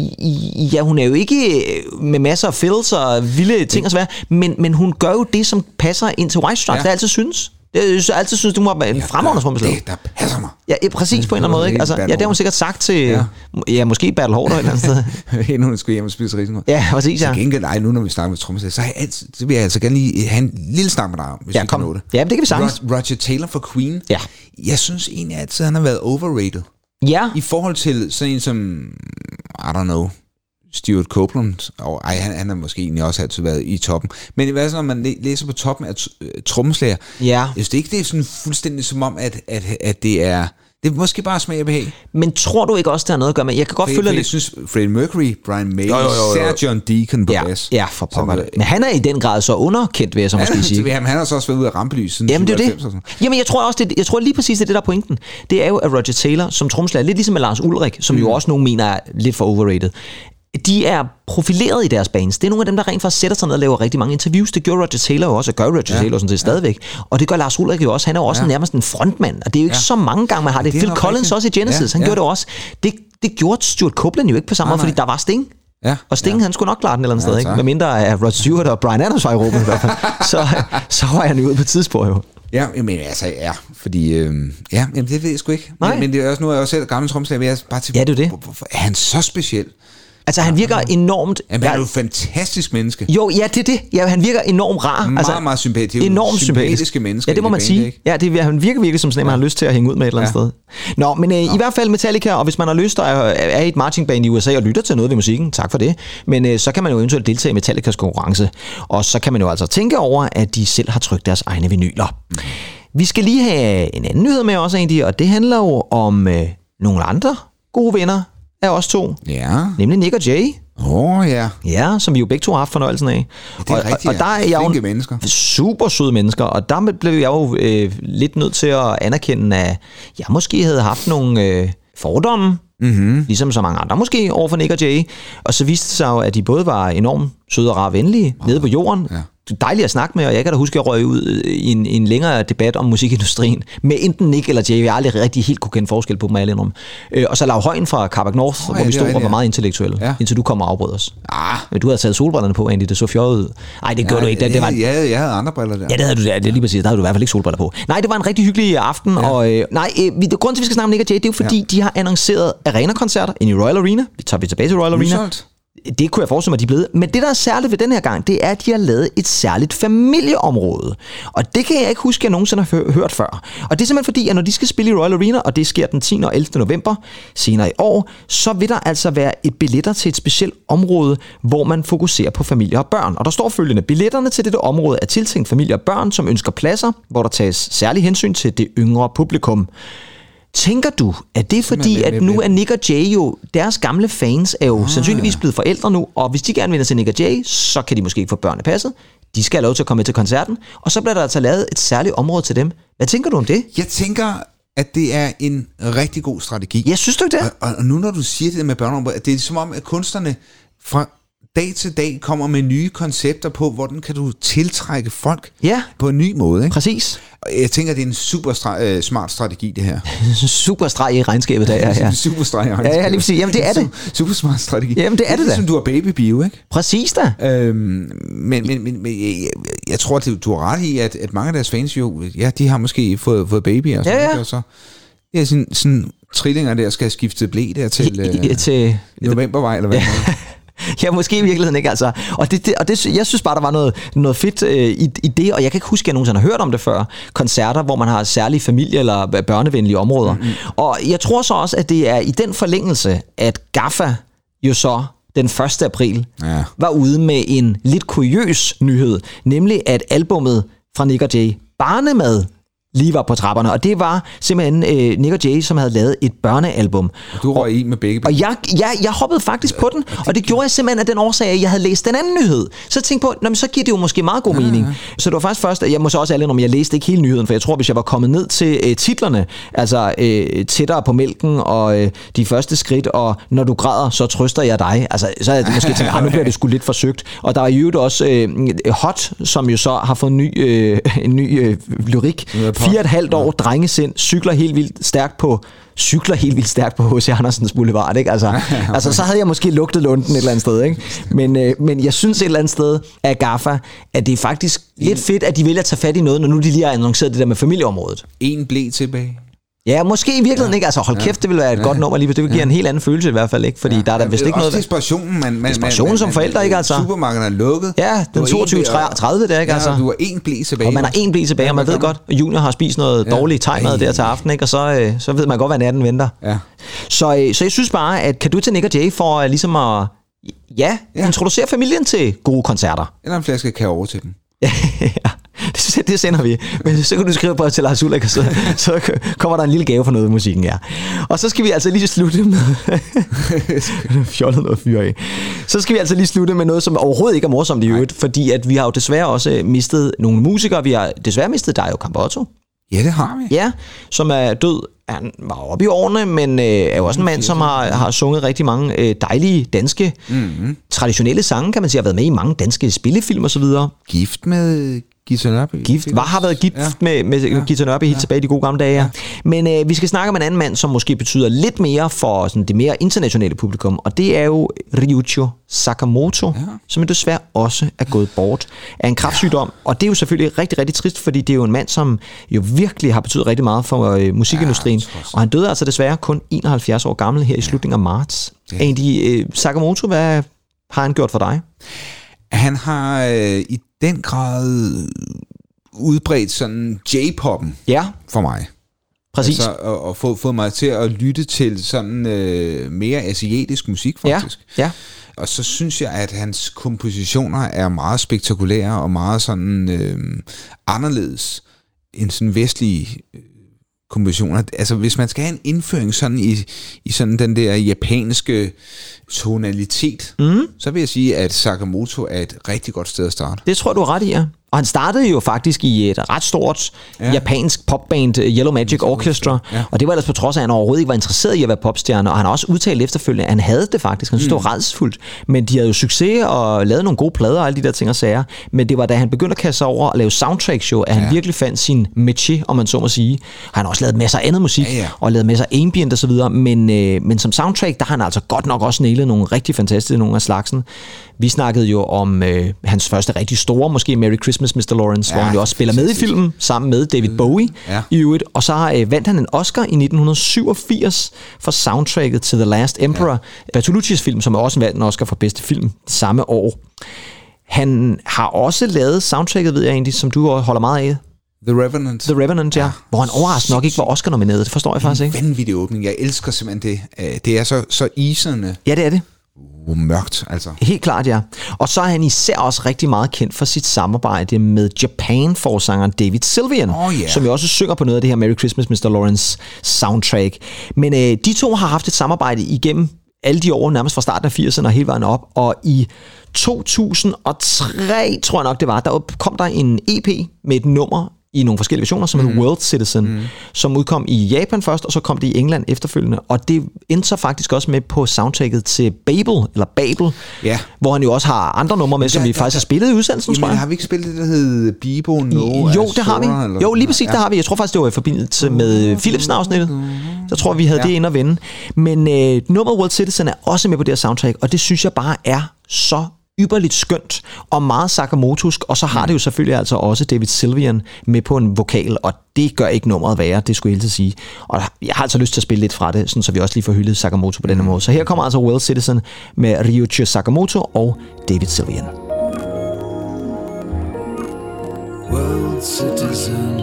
Ja, hun er jo ikke med masser af fills og vilde ting og så videre, men, men hun gør jo det, som passer ind til White Stripes. Ja. Det er altid synes. Jeg altid synes, du må være en fremragende trommeslager. Det, der passer mig. Ja, præcis på en eller anden måde. Ikke? Altså, ja, det har hun sikkert sagt til, ja, ja måske Bertel Haarder et eller andet sted. Inden hun skulle hjem og spise risengrød. Ja, præcis, ja. Så gengæld, nej, nu når vi snakker med trommeslager, så, altid, så vil jeg altså gerne lige have en lille snak med dig om, hvis ja, vi kom. kan nå det. Ja, det kan vi sagtens. Roger Taylor for Queen. Ja. Jeg synes egentlig altid, at han har været overrated. Ja. I forhold til sådan en som, I don't know, Stuart Copeland, og ej, han, han har måske egentlig også altid været i toppen. Men hvad så, når man læser på toppen af trommeslager, ja. jeg synes ikke, det er sådan fuldstændig som om, at, at, at det er... Det er måske bare smag og behag. Men tror du ikke også, der er noget at gøre med? Jeg kan godt følge lidt... Jeg synes, Freddie Mercury, Brian May, især John Deacon på ja, bas. Ja, for pokker det. Men han er i den grad så underkendt, vil jeg så måske sige. Jamen, han har så også været ude af rampelys siden Jamen, det er det. Jamen, jeg tror også, det, jeg tror lige præcis, det er det, der er pointen. Det er jo, at Roger Taylor som trommeslager, lidt ligesom med Lars Ulrik, som mm. jo også nogen mener er lidt for overrated, de er profileret i deres bands. Det er nogle af dem, der rent faktisk sætter sig ned og laver rigtig mange interviews. Det gjorde Roger Taylor jo også, og gør Roger ja. Taylor sådan set stadigvæk. Og det gør Lars Ulrik jo også. Han er jo også ja. nærmest en frontmand, og det er jo ikke ja. så mange gange, man har det. det Phil Collins rigtigt. Også i Genesis, ja. han ja. gjorde det også. Det, det gjorde Stuart Copeland jo ikke på samme måde, fordi der var Sting. Ja. Og Sting, ja. han skulle nok klare den et eller andet ja, sted, ikke? Med mindre af Rod Stewart og Bryan Adams var i Europa i hvert fald. Så, så var han jo ude på tidsspor jo. Ja, men altså, ja, fordi, øh, ja, jamen, det ved jeg sgu ikke. Men, men det er også, nu er jeg også selv gammel trommeslager, men jeg er bare til, ja, det er det. Hvorfor er han så speciel? Altså, han virker enormt... Jamen, han er jo et fantastisk menneske. Jo, ja, det er det. Ja, han virker enormt rar. Meget, altså, meget sympatisk. Enormt sympatiske mennesker. Ja, det må man sige. Ikke? Ja, det, han virker virkelig som sådan en, man har lyst til at hænge ud med et eller andet ja. sted. Nå, men øh, i hvert fald Metallica, og hvis man har lyst og er, er i et marchingband i U S A og lytter til noget ved musikken, tak for det. Men øh, så kan man jo eventuelt deltage i Metallicas konkurrence. Og så kan man jo altså tænke over, at de selv har trykt deres egne vinyler. Mm. Vi skal lige have en anden nyhed med også egentlig, og det handler jo om øh, nogle andre gode venner af os to. Ja. Nemlig Nick og Jay. Åh, oh, ja. Ja, som vi jo begge to har haft fornøjelsen af. Det er og, rigtigt, og, og der er jeg jo mennesker. Super søde mennesker, og der blev jeg jo øh, lidt nødt til at anerkende, at jeg måske havde haft nogle øh, fordomme, mm-hmm. ligesom så mange andre måske, over for Nick og Jay. Og så viste det sig jo, at de både var enormt søde og rare venlige, oh, nede på jorden. Ja. Dejligt at snakke med, og jeg kan da huske, at jeg røg ud i en, en længere debat om musikindustrien med enten Nick eller Jay. Jeg har aldrig rigtig helt kunne kende forskel på dem alle indrum. Øh, og så Lav Højen fra Carbac North, oh, hvor ja, vi stod og var meget intellektuelle, ja. indtil du kom og afbrød os. Ah. Men du havde taget solbrillerne på, egentlig. Det så fjollet ud. Nej, det gjorde ja, du ikke. Det, det var... ja, jeg havde andre briller der. Ja, det havde du. Ja, det er lige præcis. Der havde du i hvert fald ikke solbriller på. Nej, det var en rigtig hyggelig aften. Ja. Og øh, nej, øh, grunden til, at vi skal snakke om Nick og Jay, det er jo fordi, ja. de har annonceret arena-koncerter ind i Royal Arena. Vi tager vi tilbage til Royal Arena. Udsolgt. Det kunne jeg forestille mig, de er blevet. Men det, der er særligt ved den her gang, det er, at de har lavet et særligt familieområde. Og det kan jeg ikke huske, at jeg nogensinde har hørt før. Og det er simpelthen fordi, at når de skal spille i Royal Arena, og det sker den tiende og ellevte november senere i år, så vil der altså være et billetter til et specielt område, hvor man fokuserer på familier og børn. Og der står følgende: billetterne til dette område er tiltænkt familier og børn, som ønsker pladser, hvor der tages særlig hensyn til det yngre publikum. Tænker du, at det er fordi, at nu er Nick og Jay jo, deres gamle fans er jo ah, sandsynligvis blevet forældre nu, og hvis de gerne vil til Nick og Jay, så kan de måske ikke få børnene passet. De skal have lov til at komme med til koncerten, og så bliver der altså lavet et særligt område til dem. Hvad tænker du om det? Jeg tænker, at det er en rigtig god strategi. Ja, synes du ikke det? Og, og nu når du siger det med børneområdet, det er som om, at kunstnerne fra dag til dag kommer med nye koncepter på, hvordan kan du tiltrække folk ja. på en ny måde. Ikke? Præcis. Jeg tænker, det er en super stra- øh, smart strategi, det her. Super streg i regnskabet der, ja. ja. Super streg i regnskabet. Ja, ja, lige præcis. Jamen, det er det. Super smart strategi. Jamen, det er det, det da. Som du har babybio, ikke? Præcis da. Øhm, men men, men, men jeg, jeg tror, at du har ret i, at, at mange af deres fans jo, ja, de har måske fået, fået babyer. Og sådan, ja, ja. Og så ja, sådan, sådan trillinger der skal skifte blæ der til, I, øh, til novembervej, eller hvad ja. Ja, måske i virkeligheden ikke, altså. Og, det, det, og det, jeg synes bare, der var noget, noget fedt øh, i, i det, og jeg kan ikke huske, at jeg nogensinde har hørt om det før. Koncerter, hvor man har særlige familie- eller børnevenlige områder. Mm-hmm. Og jeg tror så også, at det er i den forlængelse, at Gaffa jo så den første april ja. var ude med en lidt kuriøs nyhed, nemlig at albummet fra Nick og Jay, Barnemad, lige var på trapperne. Og det var simpelthen øh, Nick og Jay, som havde lavet et børnealbum. Og du røg i med begge ben. Og jeg, jeg, jeg hoppede faktisk på den, og det gjorde jeg simpelthen af den årsag, at jeg havde læst den anden nyhed. Så jeg tænkte på, nå, men så giver det jo måske meget god mening. Ja, ja. Så det var faktisk først, at jeg må så også alle om jeg læste ikke hele nyheden, for jeg tror, hvis jeg var kommet ned til øh, titlerne, altså øh, tættere på mælken, og øh, de første skridt, og når du græder, så trøster jeg dig. Altså, så havde jeg måske tænkt, ah, nu bliver det sgu lidt forsøgt. Og der er jo også øh, Hot, som jo så har fået en ny, øh, en ny øh, lyrik. Fire og et halvt år, drengesind, cykler helt vildt stærkt på cykler helt vildt stærkt på H C Andersens Boulevard, ikke? Altså, altså, så havde jeg måske lugtet lunden et eller andet sted, ikke? Men, øh, men jeg synes et eller andet sted af Gaffa, at det er faktisk lidt fedt, at de vælger at tage fat i noget, når nu de lige har annonceret det der med familieområdet. En blev tilbage. Ja, måske i virkeligheden ja. ikke. Altså hold kæft, det vil være et ja. godt nummer lige, det vil give ja. en helt anden følelse i hvert fald, ikke? Fordi ja. der er der vist ikke noget. Også inspirationen, man, man, inspirationen man, som forældre, ikke altså? Supermarkedet er lukket. Ja, den toogtyve tredive der, ikke ja, altså? Du har en blæ tilbage. Og man har en blæ tilbage, ja, og man ved godt, at Junior har spist noget ja. dårligt tegmad der til aften, ikke? Og så, øh, så ved man godt, hvad natten venter. Ja. Så, øh, så jeg synes bare, at kan du til Nick og Jay for øh, ligesom at ja, ja. introducere familien til gode koncerter? Eller en flaske kage til dem. Ja, det, det sender vi. Men så kan du skrive på til Lars Ulrik, og så, så kommer der en lille gave for noget musikken, ja. Og så skal vi altså lige slutte med fjollet noget fyr af. Så skal vi altså lige slutte med noget, som overhovedet ikke er morsomt i øvrigt, fordi at vi har jo desværre også mistet nogle musikere. Vi har desværre mistet Dario Campotto. Ja, det har vi. Ja, som er død. Han var oppe i årene, men øh, er jo også en mand, som har, har sunget rigtig mange øh, dejlige danske mm-hmm. traditionelle sange, kan man sige. Har været med i mange danske spillefilm og så videre. Gift med Gita Nørby. Gift, var, har været gift ja. med, med ja. Gita Nørby helt ja. tilbage i de gode gamle dage. Ja. Men øh, vi skal snakke om en anden mand, som måske betyder lidt mere for sådan, det mere internationale publikum, og det er jo Ryuichi Sakamoto, ja. som er desværre også er gået bort af en kræftsygdom. Ja. Og det er jo selvfølgelig rigtig, rigtig trist, fordi det er jo en mand, som jo virkelig har betydet rigtig meget for øh, musikindustrien. Ja, og han døde altså desværre kun enoghalvfjerds år gammel her i slutningen af marts. Ja. Egentlig, øh, Sakamoto, hvad har han gjort for dig? Han har øh, i den grad udbredt sådan J-poppen ja. for mig. Præcis. Altså, og, og få, få mig til at lytte til sådan øh, mere asiatisk musik, faktisk. Ja. Ja. Og så synes jeg, at hans kompositioner er meget spektakulære og meget sådan øh, anderledes end sådan vestlige øh, kompositioner. Altså, hvis man skal have en indføring sådan i, i sådan den der japanske tonalitet, mm. så vil jeg sige, at Sakamoto er et rigtig godt sted at starte. Det tror jeg, du er ret i, ja. Og han startede jo faktisk i et ret stort ja. japansk popband, Yellow Magic Orchestra, ja. og det var ellers på trods af, at han overhovedet ikke var interesseret i at være popstjerne, og han har også udtalt efterfølgende, at han havde det faktisk. Han synes, mm. det var rædselsfuldt. Men de havde jo succes og lavet nogle gode plader og alle de der ting og sager. Men det var, da han begyndte at kaste sig over og lave soundtrack-show, at han ja. virkelig fandt sin métier, om man så må sige. Han har også lavet masser af andet musik, ja, ja. og lavet masser af ambient og så videre, men, øh, men som soundtrack, der har han altså godt nok også nailet nogle rigtig fantastiske, nogle af slagsen. Vi snakkede jo om øh, hans første rigtig store, måske Merry Christmas, mister Lawrence, ja, hvor han jo også spiller med i filmen, sammen med David Bowie ja. i øvrigt. Og så øh, vandt han en Oscar i nitten syvogfirs for soundtracket til The Last Emperor, ja. Bertolucci's film, som også vandt en Oscar for bedste film samme år. Han har også lavet soundtracket, ved jeg egentlig, som du holder meget af. The Revenant. The Revenant, ja. ja. Hvor han overraskende nok ikke var Oscar-nomineret. Det forstår jeg faktisk ikke. En vanvittig åbning. Jeg elsker simpelthen det. Det er så, så isende. Ja, det er det. Uh, mørkt, altså. Helt klart, ja. Og så er han især også rigtig meget kendt for sit samarbejde med Japan-forsangeren David Sylvian, oh, yeah. som jo også synger på noget af det her Merry Christmas, mister Lawrence soundtrack. Men øh, de to har haft et samarbejde igennem alle de år, nærmest fra starten af firserne og hele vejen op. Og i to tusind og tre, tror jeg nok det var, der kom der en E P med et nummer i nogle forskellige versioner, som mm. hedder World Citizen, mm. som udkom i Japan først, og så kom det i England efterfølgende. Og det endte så faktisk også med på soundtracket til Babel, eller Babel, ja. hvor han jo også har andre numre med, som der, vi faktisk der, har spillet i udsendelsen, jamen, tror jeg. Har vi ikke spillet det, der hed Bibo No? Jo, det har vi. Jo, lige præcis, ja. der har vi. Jeg tror faktisk, det var i forbindelse med Philips-afsnittet. Så tror jeg, vi havde ja. det inde at vende. Men øh, nummeret World Citizen er også med på det her soundtrack, og det synes jeg bare er så ypperligt skønt og meget Sakamotosk, og så har mm. det jo selvfølgelig altså også David Sylvian med på en vokal, og det gør ikke nummeret værre, det skulle jeg helt sige. Og jeg har altså lyst til at spille lidt fra det, sådan, så vi også lige får hyldet Sakamoto på mm. denne måde. Så her kommer altså World Citizen med Ryuichi Sakamoto og David Sylvian. World Citizen,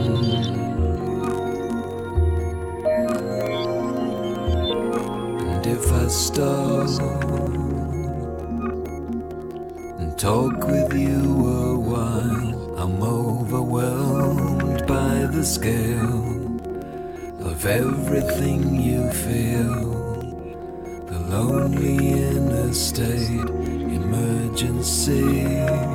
and if I stop talk with you a while, I'm overwhelmed by the scale of everything you feel. The lonely interstate emergency.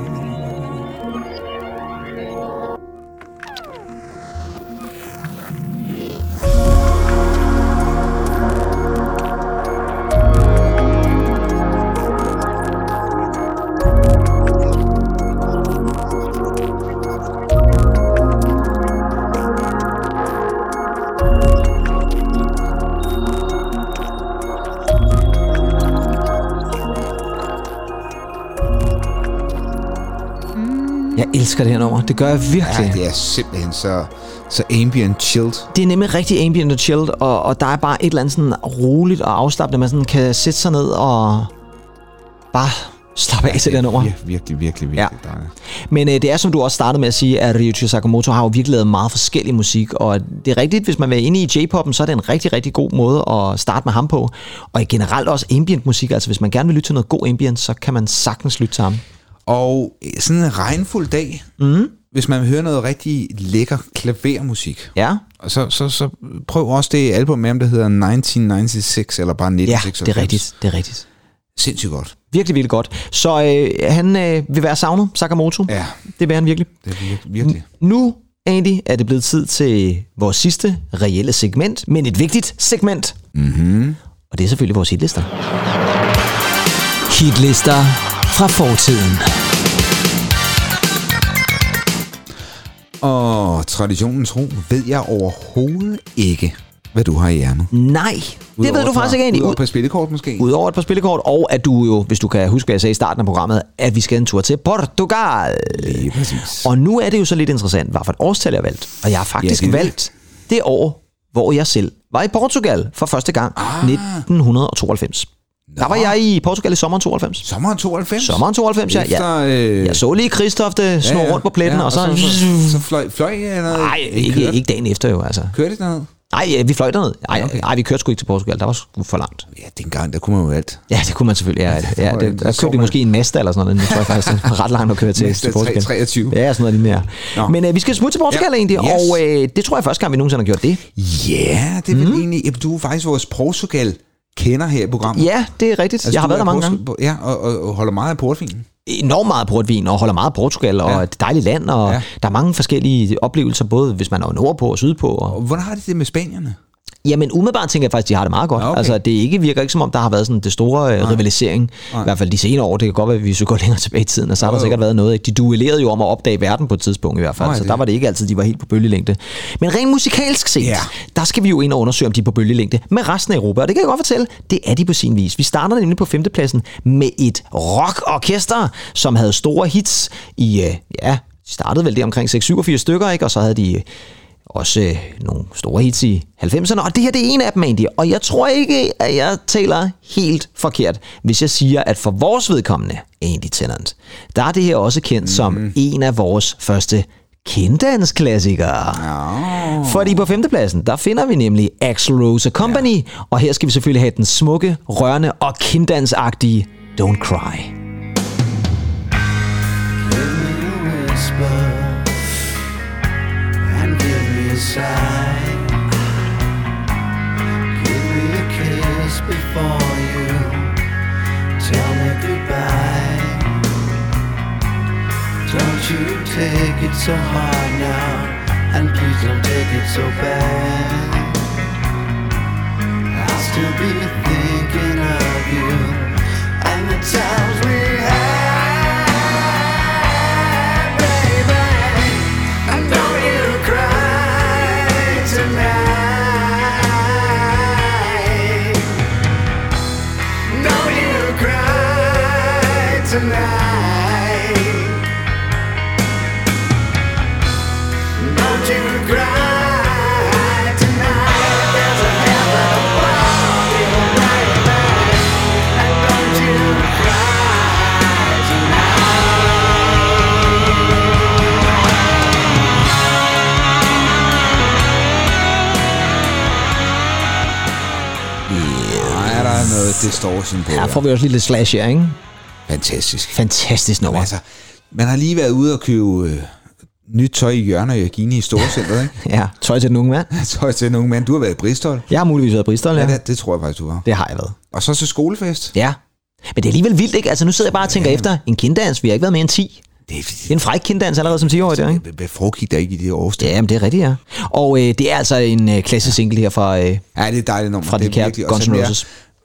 Jeg elsker det her nummer. Det gør jeg virkelig. Ja, det er simpelthen så, så ambient chilled. Det er nemlig rigtig ambient og chilled, og, og der er bare et eller andet sådan roligt og afslappende, man sådan kan sætte sig ned og bare slappe af ja, til det her nummer. Virkelig, virkelig, virkelig, virkelig ja. dejligt. Men øh, det er, som du også startede med at sige, at Ryuichi Sakamoto har jo virkelig lavet meget forskellig musik, og det er rigtigt, hvis man er inde i J-poppen, så er det en rigtig, rigtig god måde at starte med ham på. Og generelt også ambient musik, altså hvis man gerne vil lytte til noget god ambient, så kan man sagtens lytte til ham. Og sådan en regnfuld dag, mm. hvis man vil høre noget rigtig lækker klavermusik, ja. og så, så, så prøv også det album med ham, der hedder nitten seksoghalvtreds, eller bare nitten seksoghalvfems. Ja, det er rigtigt, det er rigtigt. Sindssygt godt. Virkelig, virkelig godt. Så øh, han øh, vil være savnet, Sakamoto. Ja. Det vil han virkelig. Det er virkelig. virkelig. Nu, Andy, er det blevet tid til vores sidste reelle segment, men et vigtigt segment. Mm-hmm. Og det er selvfølgelig vores hitlister. Hitlister fra fortiden. Og traditionen tro, ved jeg overhovedet ikke, hvad du har i hjernen. Nej, det ved du faktisk ikke egentlig. Udover et par spillekort måske? Udover et par spillekort, og at du jo, hvis du kan huske, hvad jeg sagde i starten af programmet, at vi skal en tur til Portugal. Lige præcis. Og nu er det jo så lidt interessant, hvad for et årstal jeg har valgt. Og jeg har faktisk ja, det valgt det år, hvor jeg selv var i Portugal for første gang, ah. nitten tooghalvfems. Nå. Der var jeg i Portugal i sommeren tooghalvfems. Sommeren tooghalvfems? Sommeren tooghalvfems, ja. Efter, øh... Jeg så lige Christofte snor ja, ja. rundt på pletten, ja, og så... Og så, så, så fløj, fløj jeg noget? Nej, ikke, ikke dagen efter jo, altså. Kørte det noget? Nej, vi fløj derned. Nej, okay. okay. vi kørte sgu ikke til Portugal. Der var sgu for langt. Ja, dengang, der kunne man jo alt. Ja, det kunne man selvfølgelig. Ja, ja, ja, det, der kørte vi måske en Mazda eller sådan noget. Nu tror jeg faktisk, det var ret langt at køre til, til Portugal. treogtyve. Ja, sådan noget lignende her. Men øh, vi skal smutte til Portugal ja. egentlig, yes. og øh, det tror jeg første gang, vi nogensinde har gjort det. Ja, det er vel mm. egentlig... Du er faktisk vores Portugal kender her i programmet. Ja, det er rigtigt. Altså, jeg har været der mange gange. Ja, og, og, og holder meget af portvin. Enormt meget portvin, og holder meget af Portugal, og ja. et dejligt land, og ja. der er mange forskellige oplevelser, både hvis man er nordpå og sydpå. Og... og hvordan har de det med spanierne? Jamen umiddelbart tænker jeg faktisk, at de har det meget godt. Okay. Altså det ikke, virker ikke som om, der har været sådan det store øh, rivalisering. Nej. I hvert fald de senere år. Det kan godt være, at vi så går længere tilbage i tiden, og så har der sikkert været noget. Ikke? De duellerede jo om at opdage verden på et tidspunkt i hvert fald. Nej, så det. Der var det ikke altid, de var helt på bølgelængde. Men rent musikalsk set, yeah. der skal vi jo ind og undersøge, om de er på bølgelængde med resten af Europa. Og det kan jeg godt fortælle, det er de på sin vis. Vi starter nemlig på femtepladsen med et rockorkester, som havde store hits i, øh, ja, de startede vel det omkring seks syvogfirs stykker, ikke? Og så havde de... også øh, nogle store hits i halvfemserne, og det her det er en af dem egentlig. Og jeg tror ikke, at jeg taler helt forkert, hvis jeg siger, at for vores vedkommende, Andy Tennant, der er det her også kendt mm. som en af vores første kenddansklassikere. Oh. Fordi på femtepladsen, der finder vi nemlig Axl Rose Company, ja. Og her skal vi selvfølgelig have den smukke, rørende og kenddansagtige Don't Cry. Side. Give me a kiss before you tell me goodbye. Don't you take it so hard now, and please don't take it so bad. I'll still be thinking of you and the times we had, baby. And don't you cry tonight. Don't you cry tonight. Don't you cry tonight. There's a heaven above you, baby. And don't you cry Ja, der er noget distortion på. Her får vi også lidt slash her, ikke? Fantastisk. Fantastisk nummer. Altså, man har lige været ude og købe øh, nyt tøj i Jørgen og Jørgine i Storcenteret, ikke? Ja, tøj til den unge mand. Tøj til den unge mand. Du har været i Bristol. Jeg har muligvis været i Bristol, ja. Ja, det, det tror jeg faktisk, du har. Det har jeg været. Og så til skolefest. Ja. Men det er alligevel vildt, ikke? Altså nu sidder jeg bare og tænker ja. efter en kinddans. Vi har ikke været mere end ti. Det er, det er en fræk kinddans allerede som ti-årig der, ikke? Hvad foregik der ikke i det årstal? Ja, men det er rigtigt, ja. Og øh, det er altså en øh, klassisk single her fra, øh, ja, det er dejligt nummer. fra de kære Guns N' Roses.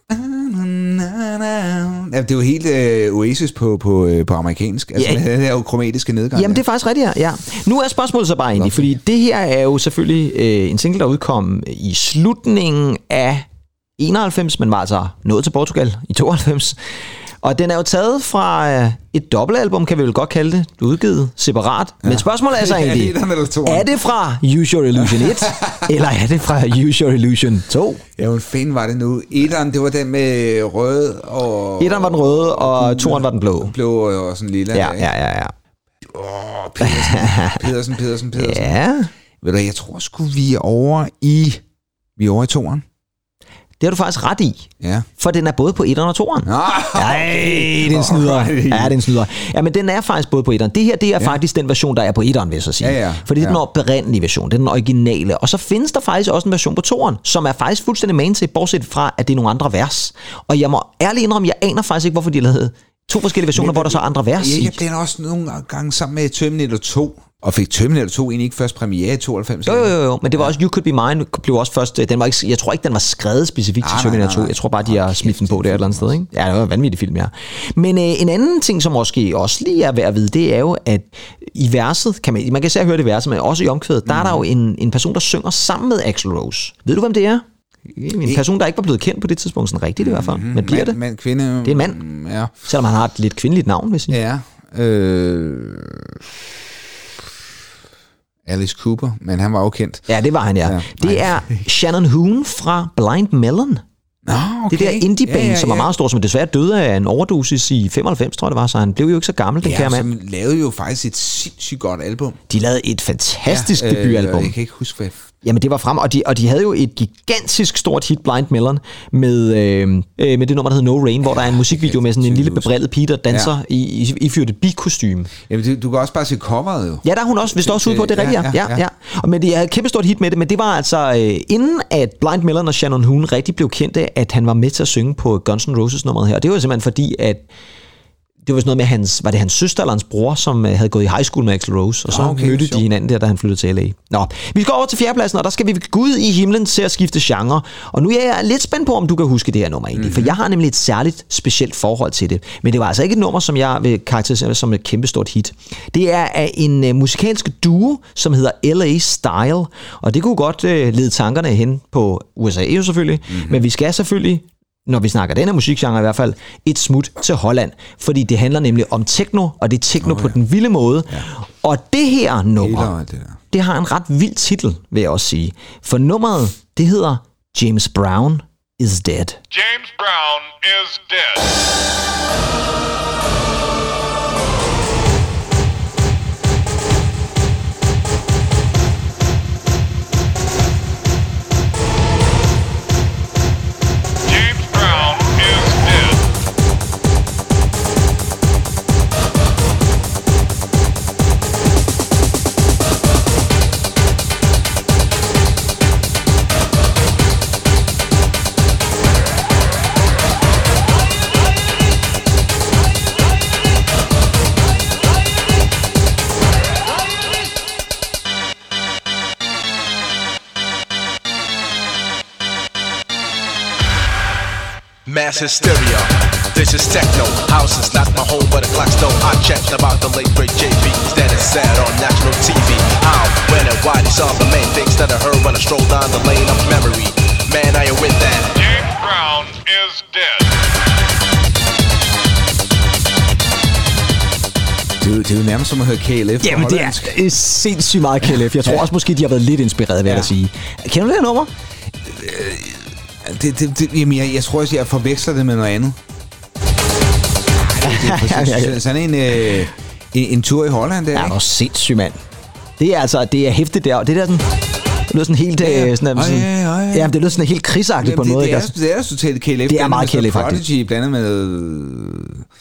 Ja, det er jo helt øh, Oasis på, på, øh, på amerikansk. Altså, ja. Det er jo kromatiske nedgang. Jamen, det er faktisk rigtigt, ja. Nu er spørgsmålet så bare egentlig, okay. fordi det her er jo selvfølgelig øh, en single, der udkom i slutningen af enoghalvfems, men var altså nået til Portugal i tooghalvfems. Og den er jo taget fra øh, et dobbeltalbum, kan vi vel godt kalde det, udgivet separat. Ja. Men spørgsmålet er så egentlig, er det fra Use Your Illusion et, eller er det fra Use Your Illusion to? Ja, hvor fanden var det nu? Etteren, det var den med rød og... Etteren var den røde, og toeren var den blå. Blå og sådan lille. Ja, ja, ja, ja. Åh, Pedersen, Pedersen, Pedersen, Pedersen. Ja. Ved du, jeg tror sgu, vi er over i... Vi er over i toeren. Det har du faktisk ret i. Ja. For den er både på etteren og toeren. Nej, det er en snyder. Ja, det er en snyder. Ja, men den er faktisk både på etteren. Det her, det er ja. faktisk den version, der er på etteren, vil jeg så sige. Ja, ja. For det er den oprindelige version, det er den originale. Og så findes der faktisk også en version på toeren, som er faktisk fuldstændig main til, bortset fra, at det er nogle andre vers. Og jeg må ærligt indrømme, jeg aner faktisk ikke, hvorfor de lavede to forskellige versioner, men, hvor der så er andre vers i. Jeg, jeg blev også nogle gange sammen med Terminator to. Og fik Terminator to egentlig ikke først premiere i tooghalvfems? Jo, jo, jo, men det var også You Could Be Mine, blev også først, den var ikke, jeg tror ikke, den var skrevet specifikt til Terminator to. Jeg tror bare, de har smidt den på der et eller andet sted, ikke? Ja, det var en vanvittig film, ja. Men øh, en anden ting, som måske også lige er værd at vide, det er jo, at i verset, kan man, man kan især høre det i verset, men også i omkvædet, mm. der er der jo en, en person, der synger sammen med Axl Rose. Ved du, hvem det er? En person, der ikke var blevet kendt på det tidspunkt, sådan rigtigt i hvert fald. Men bliver det? Mand, kvinde. Det er en mand. Ja. Selvom han har et lidt kvindeligt navn, vil jeg sige. Ja. Øh... Alice Cooper, men han var jo kendt. Ja, det var han, ja. ja. Det er Shannon Hoon fra Blind Melon. Nå, okay. Det der indie-band, ja, ja, ja. som var meget stor, som desværre døde af en overdosis i femoghalvfems, tror jeg det var, så han blev jo ikke så gammel, den ja, kære mand. Ja, som lavede jo faktisk et sindssygt godt album. De lavede et fantastisk ja, debutalbum. Øh, jeg kan ikke huske, hvad... Jamen, det var frem, og de, og de havde jo et gigantisk stort hit, Blind Melon, med, øh, med det nummer, der hedder No Rain, hvor der er en musikvideo med sådan en lille bebrillet pige, der danser ja. i, i, i fyrt et bikostyme. Jamen, du, du kan også bare se coveret jo. Ja, der er hun også, hvis du også ude på, det er rigtigt, ja. ja, ja, ja. Og men det er et kæmpe stort hit med det, men det var altså, øh, inden at Blind Melon og Shannon Hoon rigtig blev kendte, at han var med til at synge på Guns N' Roses nummeret her. Og det var simpelthen fordi, at det var sådan noget med hans, var det hans søster eller hans bror, som havde gået i high school med Axl Rose, og så okay, mødte de hinanden der, da han flyttede til L A. Nå, vi skal over til fjerdepladsen, og der skal vi gå ud i himlen til at skifte genre. Og nu er jeg lidt spændt på, om du kan huske det her nummer egentlig, mm-hmm. for jeg har nemlig et særligt specielt forhold til det. Men det var altså ikke et nummer, som jeg vil karakterisere som et kæmpestort hit. Det er af en uh, musikalsk duo, som hedder L A Style, og det kunne godt uh, lede tankerne hen på U S A jo selvfølgelig, mm-hmm. men vi skal selvfølgelig, når vi snakker den her musikgenre i hvert fald, et smut til Holland. Fordi det handler nemlig om techno, og det er techno oh, ja. på den vilde måde. Ja. Og det her nummer, det, det har en ret vild titel, vil jeg også sige. For nummeret, det hedder James Brown is Dead. James Brown is dead. Mass hysteria, this is techno. House is not my home, but a Blackstone. I checked about the late great J B. That is sad on national T V. How, when, and why? These are the main things that I heard when I strolled down the lane of memory. Man, are you with that? James Brown is dead. Det er jo nærmest som at høre K L F. Jamen, det er sindssygt meget K L F. Jeg tror også måske, de har været lidt inspireret, vil jeg ja. sige. Kender du det her nummer? Det, det, det, jamen, jeg, jeg tror også, jeg forveksler det med noget andet. Ej, det, det er sådan en, øh, en, en tur i Holland der, ja, hvor sindssygt, mand. Det er altså, det er hæftigt der. Det der sådan, det lyder sådan helt, ja, øh, sådan, sådan, ja, ja, ja. Ja, det lyder sådan helt krigsagtigt på en måde. Det er, det er totalt K L F. Det er meget K L F, faktisk. Prodigy blandet med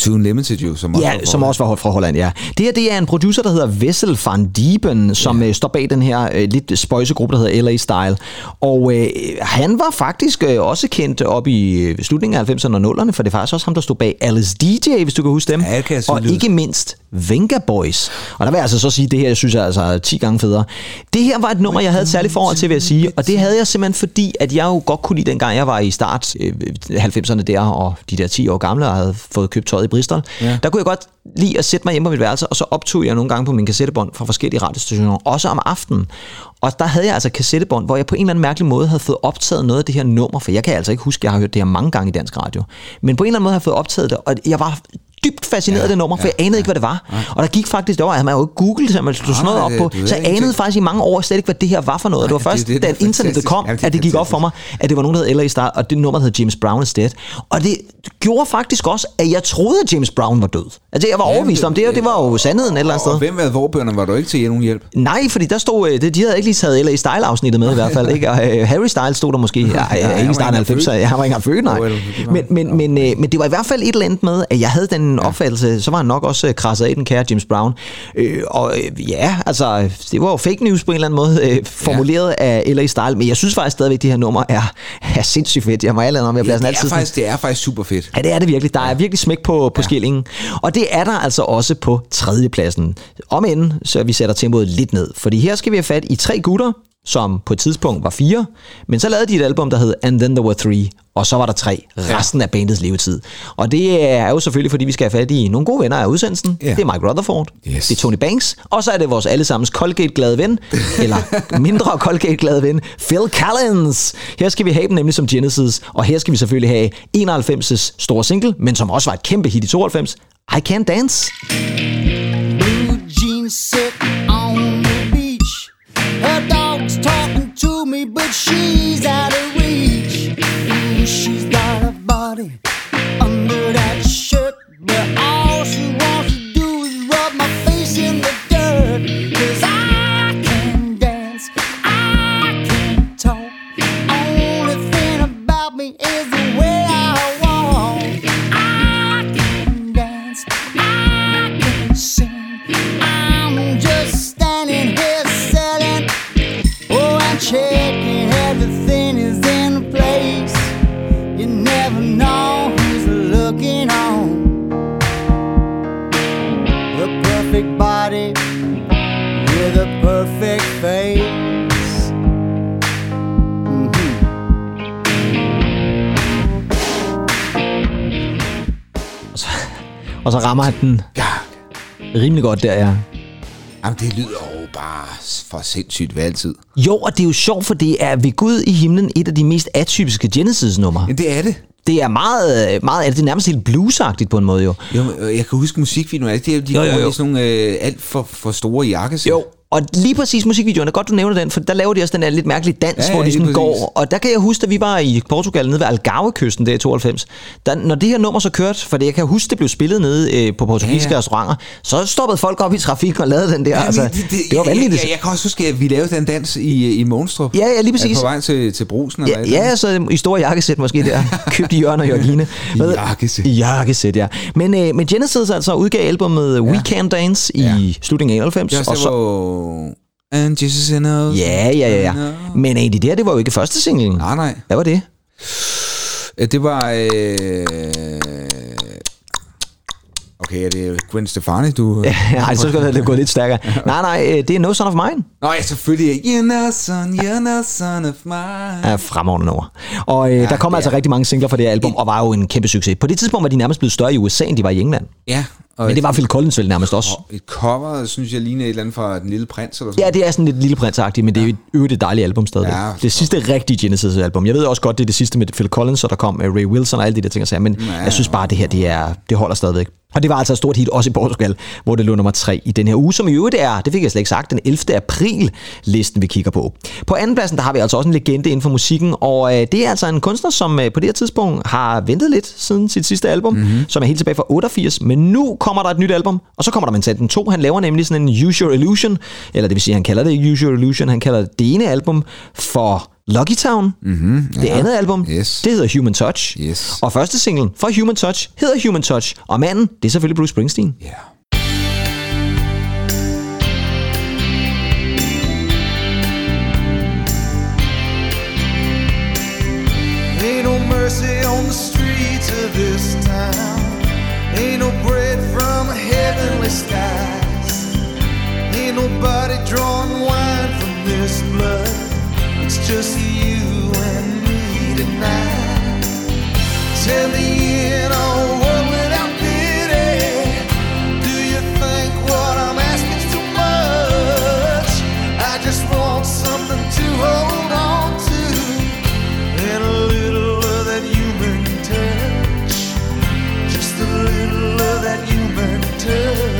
Tune Limited jo, som også ja, var fra som også var fra Holland, ja. Det her, det er en producer, der hedder Wessel van Diepen, som ja. står bag den her øh, lidt spøjse gruppe, der hedder L A Style. Og øh, han var faktisk øh, også kendt op i slutningen af halvfemserne og nullerne, for det er faktisk også ham, der stod bag Alice D J, hvis du kan huske dem. Ja, kan og ikke mindst Venga Boys. Og der vil jeg altså så sige, det her, jeg synes jeg altså er ti gange federe. Det her var et nummer, jeg havde et særligt forhold til, vil jeg sige, og det havde jeg simpelthen fordi, at jeg jo godt kunne lide, dengang jeg var i start øh, halvfemserne der, og de der ti år gamle, og havde fået købt tøjet i Bristol. Ja. Der kunne jeg godt lide at sætte mig hjemme på mit værelse, og så optog jeg nogle gange på min kassettebånd fra forskellige radiostationer, også om aftenen. Og der havde jeg altså kassettebånd, hvor jeg på en eller anden mærkelig måde havde fået optaget noget af det her nummer, for jeg kan altså ikke huske, at jeg har hørt det her mange gange i dansk radio. Men på en eller anden måde har jeg fået optaget det, og jeg var dybt fascineret ja, af det nummer, for ja, jeg anede ja, ikke, hvad det var. Ja. Og der gik faktisk, der var, at man jo ikke googlet, så man slog sådan noget op på, så jeg anede faktisk i mange år slet ikke, hvad det her var for noget. Nej, det var først, det, det, det, da internettet kom, ja, det, at det gik op for mig, at det var nogen, der hed L A Style, og det nummer, der hed James Brown is Dead. Og det gjorde faktisk også, at jeg troede, at James Brown var død. Altså, jeg var ja, overbevist om det, og det var jo sandheden et eller andet sted. Og hvem var advorbønderne? Var du ikke til nogen hjælp? Nej, fordi der stod, de havde ikke lige taget L A Style-afsnittet med i hvert fald, ikke? Og Harry Styles stod der måske. Ja, jeg ikke starten halvfemser, jeg var ikke engang født, nej. Men, men, men, men det var i hvert fald et eller andet med, at jeg havde den opfattelse, så var han nok også krasset af den kære James Brown. Øh, og øh, ja, altså, det var jo fake news på en eller anden måde, øh, formuleret ja. af L A Style, men jeg synes faktisk stadigvæk, at det her nummer er, er sindssygt fedt. Jeg må alle om, jeg bliver ja, sådan altid... Det er, faktisk, det er faktisk super fedt. Ja, det er det virkelig. Der er virkelig smæk på, på ja. skillingen. Og det er der altså også på tredjepladsen. Om end, så vi sætter tempoet lidt ned. Fordi her skal vi have fat i tre gutter, som på et tidspunkt var fire, men så lavede de et album, der hed And Then There Were Three, og så var der tre resten af bandets levetid. Og det er jo selvfølgelig, fordi vi skal have fat i nogle gode venner af udsendelsen. Yeah. Det er Mike Rutherford, yes. det er Tony Banks, og så er det vores allesammens Colgate-glade ven, eller mindre Colgate-glade ven, Phil Collins. Her skal vi have dem nemlig som Genesis, og her skal vi selvfølgelig have enoghalvfems' store single, men som også var et kæmpe hit i tooghalvfems, I Can't Dance. Blue jeans sit on the beach. Her dog's talking to me, but she's out of reach. Ooh, she's got a body under that shirt, but all she wants to do is rub my face in the dirt. 'Cause I can dance, I can talk. Only thing about me is the way I walk. I can dance, I can sing. I'm just standing here selling. Oh, I'm checking everything is in place. You never know who's looking on. The perfect body with a perfect face. Mm-hmm. Og så, og så rammer han den rimelig godt der, ja. Jamen, det lyder jo bare for sindssygt ved altid. Jo, og det er jo sjovt, for det er ved Gud i himlen et af de mest atypiske Genesis-numre. Ja, det er det. Det er meget, meget, det er nærmest helt bluesagtigt på en måde, jo. Jo, jeg kan huske musikvideoerne, det er jo de jo, jo, jo. sådan nogle øh, alt for, for store jakkesæt. Jo, og lige præcis musikvideoen, det er godt, du nævner den, for der laver de også den der lidt mærkelige dans, ja, ja, hvor de sådan går. Og der kan jeg huske, at vi var i Portugal nede ved Algarve-kysten der i tooghalvfems. Der, når det her nummer så kørte, for det, jeg kan huske, det blev spillet nede øh, på portugisiske ja, ja. restauranter, så stoppede folk op i trafikken og lavede den der. Ja, altså, det, det, det var vanvittigt. Jeg, jeg, jeg kan også huske, at vi lavede den dans i, i Monstrup. Ja, ja, lige præcis. På vej til, til Brugsen. Ja, ja, så i store jakkesæt måske der. Købte Jørgen og Jørgine. Jakkesæt. Jakkesæt, ja. Men, øh, men Genesis altså udgav albumet ja. We Can Dance i ja. slutningen af enoghalvfems. Ja, og så... And Jesus knows. Ja, ja, ja, ja. Men egentlig der, det var jo ikke første singlen. Nej, nej. Hvad var det? Det var... Øh... Okay, er det Gwen Stefani, du... Nej, så skal det gå lidt stærkere. Nej, nej, det er No Son of Mine. Nå ja, selvfølgelig. You're no son, you're no son of mine. Ja, fremragende nummer. Og øh, ja, der kom altså er... rigtig mange singler fra det her album, og var jo en kæmpe succes. På det tidspunkt var de nærmest blevet større i U S A, end de var i England. Ja. Men det var Phil Collins vel nærmest også. Et cover, synes jeg, ligner et eller andet fra Den Lille Prins eller sådan. Ja, det er sådan lidt Lille Prins-agtigt, men det er jo ja. et, et dejligt album stadig. Ja, det sidste rigtige Genesis-album. Jeg ved også godt, det er det sidste med Phil Collins, og der kom Ray Wilson og alle de der ting, men ja, jeg synes bare, at det her, det, er, det holder stadigvæk. Og det var altså et stort hit også i Portugal, hvor det lå nummer tre i den her uge, som i øvrigt er, det fik jeg slet ikke sagt, den ellevte april listen vi kigger på. På andenpladsen, der har vi altså også en legende inden for musikken, og øh, det er altså en kunstner, som øh, på det her tidspunkt har ventet lidt siden sit sidste album, mm-hmm. som er helt tilbage fra otteogfirs, men nu kommer der et nyt album, og så kommer der Manhattan to. Han laver nemlig sådan en Use Your Illusion, eller det vil sige, han kalder det ikke Use Your Illusion, han kalder det ene album for Lucky Town. Mm-hmm, det ja. andet album, yes. det hedder Human Touch. Yes. Og første single fra Human Touch hedder Human Touch. Og manden, det er selvfølgelig Bruce Springsteen. Ja. Yeah. Ain't no mercy on the streets of this town. Ain't no bread from heavenly skies. Ain't nobody drawing wine from this blood. It's just you and me tonight. Tell me in a world without pity, do you think what I'm asking too much? I just want something to hold on to, and a little of that human touch. Just a little of that human touch.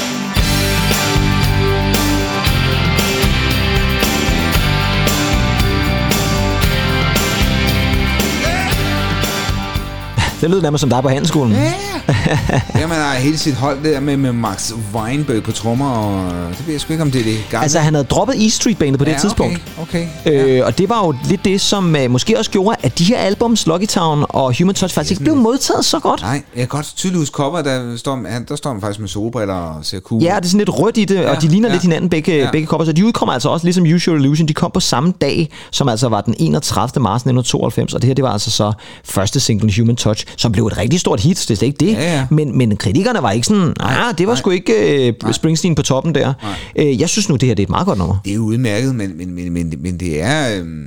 Det lyder nærmest som dig på handelsskolen. Ja. Jamen, han har hele sit hold der med, med Max Weinberg på trommer, og det ved jeg sgu ikke, om det er det gamle. Altså, han havde droppet E Street Bandet på det ja, tidspunkt. Okay, okay. Ja. Øh, og det var jo lidt det, som uh, måske også gjorde, at de her albums, Lucky Town og Human Touch, faktisk ikke blev modtaget så godt. Nej, jeg kan godt tydeligt huske cover, der står, der står han faktisk med solbriller og ser cool. Ja, det er sådan lidt rødt i det, ja, og de ligner ja. lidt hinanden begge, ja. begge covers. Og de udkommer altså også, ligesom Use Your Illusion, de kom på samme dag, som altså var den enogtredivte marts nitten tooghalvfems, og det her, det var altså så første single Human Touch, som blev et rigtig stort hit, det er slet ikke det. Ja, ja. Men, men kritikerne var ikke sådan, ah, det var nej. sgu ikke uh, Springsteen på toppen der. Uh, jeg synes nu, det her det er et meget godt nummer. Det er udmærket, men, men, men, men, men det er... Øhm,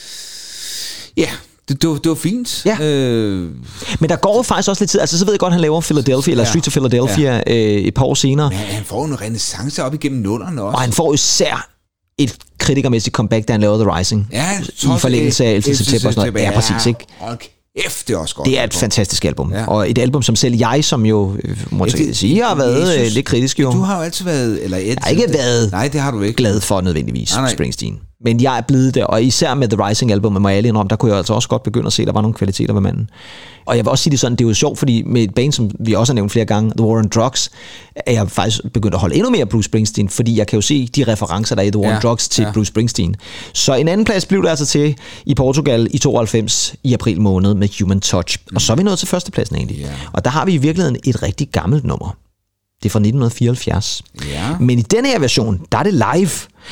ja... Det, det, var, det var fint. Ja. Øh... Men der går faktisk også lidt tid. Altså, så ved jeg godt, han laver Philadelphia, eller ja. Streets of Philadelphia ja. øh, et par år senere. Men han får en renaissance op igennem nullerne også. Og han får især et kritikermæssigt comeback, da han lavede The Rising. Ja, i forlængelse af ellevte september og sådan noget. Ja, præcis, ikke? Okay. F, det er også godt. Det er et album. fantastisk album. Ja. Og et album, som selv jeg, som jo, må jeg det, sige, har været synes, lidt kritisk jo. Du har jo altid været... Eller et, jeg har ikke været nej, det har du ikke. glad for nødvendigvis, nej, nej. Springsteen. Men jeg er blevet der, og især med The Rising album, må jeg indrømme, der kunne jeg altså også godt begynde at se, at der var nogle kvaliteter ved manden. Og jeg vil også sige det sådan, det er jo sjovt, fordi med et band, som vi også har nævnt flere gange, The War on Drugs, er jeg faktisk begyndt at holde endnu mere Bruce Springsteen, fordi jeg kan jo se de referencer, der er i The War ja, on Drugs til ja. Bruce Springsteen. Så en anden plads blev det altså til i Portugal i tooghalvfems i april måned med Human Touch. Mm. Og så er vi nået til førstepladsen egentlig. Yeah. Og der har vi i virkeligheden et rigtig gammelt nummer. Det er fra nitten fireoghalvfjerds. Yeah. Men i denne her version, der er det live.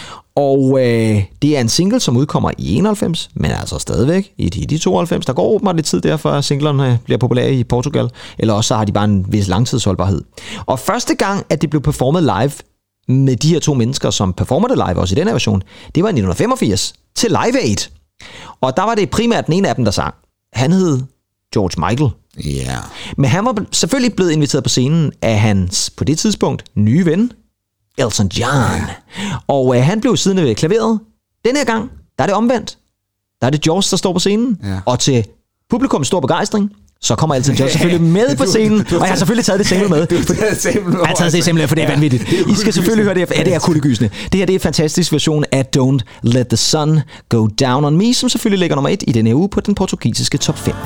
Og øh, det er en single, som udkommer i enoghalvfems, men altså stadigvæk i et hit i tooghalvfems. Der går åbenbart lidt tid der, før singlerne bliver populære i Portugal. Eller også så har de bare en vis langtidsholdbarhed. Og første gang, at det blev performet live med de her to mennesker, som performer det live også i denne version, det var i nitten femogfirs til Live Aid. Og der var det primært den ene af dem, der sang. Han hed George Michael. Ja. Yeah. Men han var selvfølgelig blevet inviteret på scenen af hans, på det tidspunkt, nye ven, Elton John. Ja. Og øh, han blev siddende ved klaveret. Den her gang, der er det omvendt. Der er det George, der står på scenen. Ja. Og til publikums stor begejstring, så kommer Elton John selvfølgelig med på scenen. Og jeg har selvfølgelig taget det single med. Jeg har taget det simpelthen, for det er vanvittigt. I skal selvfølgelig høre det. Ja, det er kuldegysende. Det her det er en fantastisk version af Don't Let the Sun Go Down on Me, som selvfølgelig ligger nummer et i denne uge på den portugisiske top fem.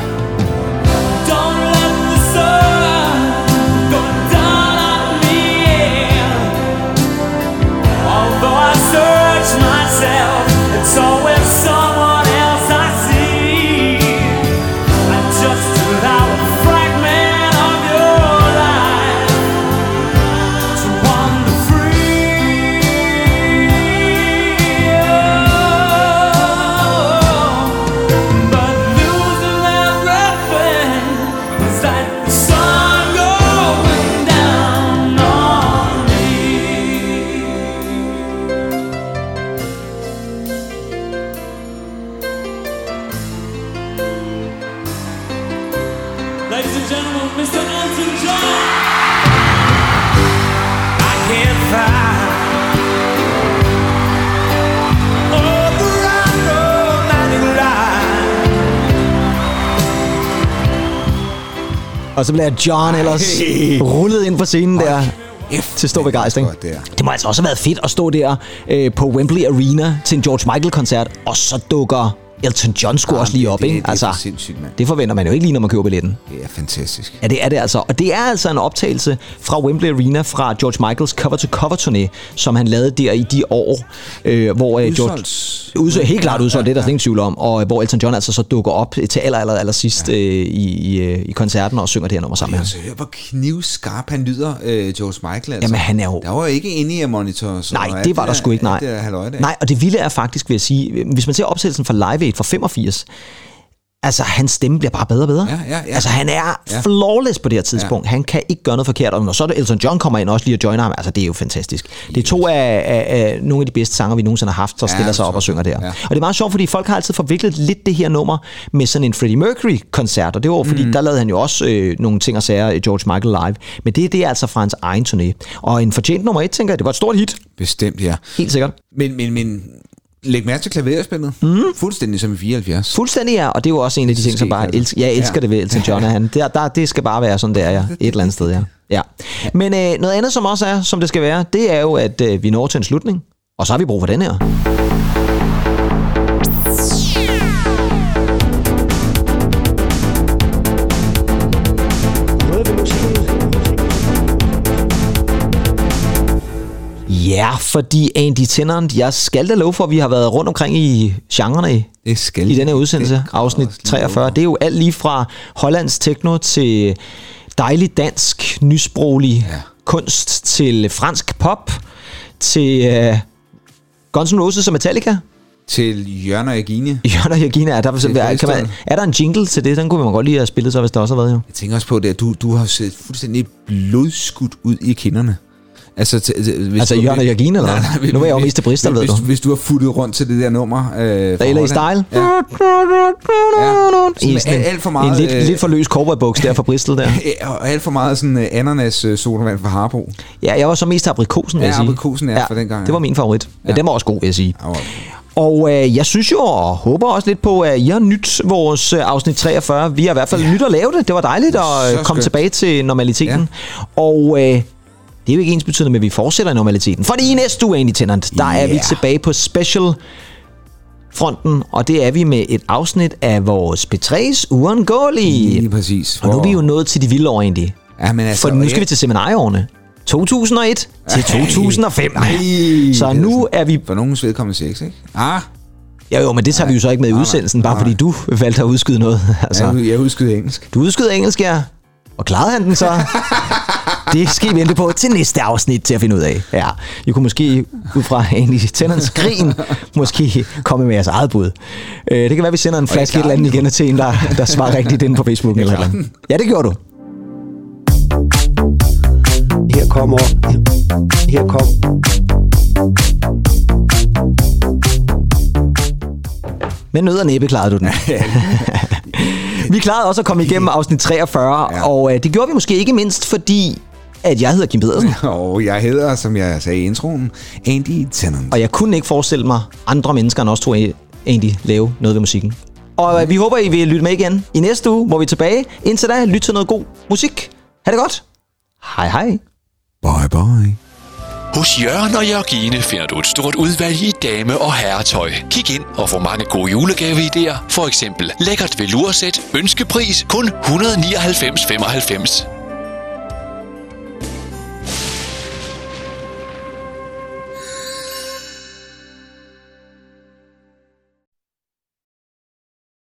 It's always someone else I see. I just allow a fragment of your life to wander free. Oh, but losing everything is like the sun going down on me. Ladies and gentlemen, Mister Elton John. I can't find all the right romantic line. Og så bliver John ellers rullet ind på scenen der. F til stor begejstring. Det må altså også have været fedt at stå der øh, på Wembley Arena til en George Michael-koncert, og så dukker Elton John skulle ja, også lige det, op, det, ikke? Det, det altså, er sindssygt, mand. Det forventer man jo ikke lige, når man køber billetten. Det er fantastisk. Ja, det er det altså. Og det er altså en optagelse fra Wembley Arena fra George Michaels cover-to-cover-turné, som han lavede der i de år, øh, hvor øh, George... Udsolgt. Helt klart udsolgt, ja, det er der slet ingen tvivl om. Og hvor Elton John altså så dukker op til aller, aller, aller sidst ja. øh, i, i, i koncerten og synger det her nummer sammen med ham. Altså, hør, hvor knivskarp han lyder, øh, George Michael. Altså. Jamen, han er jo... Der var jo ikke inde i monitor. Nej, det var der sgu ikke, nej. Det er nej, og det vilde er faktisk, vil jeg sige, hvis man ser opsættelsen fra Live Aid fra femogfirs, altså, hans stemme bliver bare bedre og bedre. Ja, ja, ja. Altså, han er ja. flawless på det her tidspunkt. Ja. Han kan ikke gøre noget forkert. Og når så Elton John kommer ind også lige og joiner ham, altså, det er jo fantastisk. Det er to af, af, af nogle af de bedste sanger, vi nogensinde har haft, der stiller ja, sig op og synger der. Ja. Og det er meget sjovt, fordi folk har altid forviklet lidt det her nummer med sådan en Freddie Mercury-koncert. Og det var fordi, mm. der lavede han jo også øh, nogle ting og sager, George Michael live. Men det, det er altså fra hans egen turné. Og en fortjent nummer et, tænker jeg, det var et stort hit. Bestemt, ja. Helt sikkert. Men, men, men... Læg mærke til klaverspillet. Mm. Fuldstændig som i fireoghalvfjerds. Fuldstændig, ja. Og det er jo også en af de ting, som bare... Elsker, jeg elsker ja. det ved Elton John. Han. Der, der, det skal bare være sådan der, ja. Et eller andet sted, ja. ja. Men øh, noget andet, som også er, som det skal være, det er jo, at øh, vi når til en slutning. Og så har vi brug for den her. Ja, fordi Andy Tennant, jeg skal da love for, at vi har været rundt omkring i genrerne i, i denne udsendelse, afsnit treogfyrre. Det er jo alt lige fra hollandsk techno til dejlig dansk, nysproglig ja. kunst, til fransk pop, til uh, Guns N' Roses og Metallica. Til Jørgen og Jagine. Jørgen og Jagine, er der, er, kan man, er der en jingle til det? Den kunne man godt lige have spillet så, hvis der også har været jo. Jeg tænker også på det, at du, du har set fuldstændig blodskudt ud i kinderne. Altså, t- t- hvis altså Jørgen og Jagine, eller nej, nej, nu er jeg jo mest til Bristol, ved hvis, du. Hvis du har futtet rundt til det der nummer... Øh, der er i style. Ja. Ja. Sådan, alt for meget... En lidt, øh, lidt for løs cowboybuks der fra Bristol der. Og alt for meget sådan uh, ananas uh, sodavand fra Harbo. Ja, jeg var så mest til aprikosen, vil jeg ja, sige. aprikosen er ja, for den gang. Det var min favorit. Ja. Ja, den var også god, vil jeg sige. Ja. Og øh, jeg synes jo, og håber også lidt på, at I har nyt vores øh, afsnit treogfyrre. Vi har i hvert fald ja. nyt at lave det. Det var dejligt at øh, komme tilbage til normaliteten. Ja. Og... Øh, det er jo ikke ens betydende, men vi fortsætter i normaliteten. Fordi i næste uge, Andy Tennant, der yeah. er vi tilbage på special fronten, og det er vi med et afsnit af vores P tre's Uundgåelige. Lige præcis. Og nu er vi jo nået til de vilde år, egentlig. Ja, men altså, for nu skal ja. vi til seminarieårene. to tusind og et til to tusind og fem. Nej, så nu er vi... For nogens vedkommende seks, ikke? Ah! Ja jo, men det tager nej, vi jo så ikke med i udsendelsen, bare nej, fordi du valgte at udskyde noget. Altså, ja, jeg udskyder engelsk. Du udskyder engelsk, ja. Og klarede han den så? Det skal I vente på til næste afsnit til at finde ud af. Ja, I kunne måske ud fra Andy Tennants grin måske komme med jeres eget bud. Det kan være, vi sender en flaske et eller andet igen til en, der, der svarer rigtigt inde på Facebook. Eller eller andet. Ja, det gjorde du. Her kommer... Her kommer... Men nød og næppe klarede du den. Vi klarede også at komme igennem afsnit treogfyrre, ja. og øh, det gjorde vi måske ikke mindst, fordi at jeg hedder Kim Pedersen. Og jeg hedder, som jeg sagde i introen, Andy Tennant. Og jeg kunne ikke forestille mig andre mennesker end os to, Andy, lave noget ved musikken. Og øh, vi håber, I vil lytte med igen i næste uge, hvor vi er tilbage. Indtil da, lyt til noget god musik. Ha' det godt. Hej hej. Bye bye. Hos Jørgen og Jørgine finder du et stort udvalg i dame- og herretøj. Kig ind og få mange gode julegaveidéer. For eksempel lækkert velursæt, ønskepris kun et hundrede nioghalvfems komma femoghalvfems.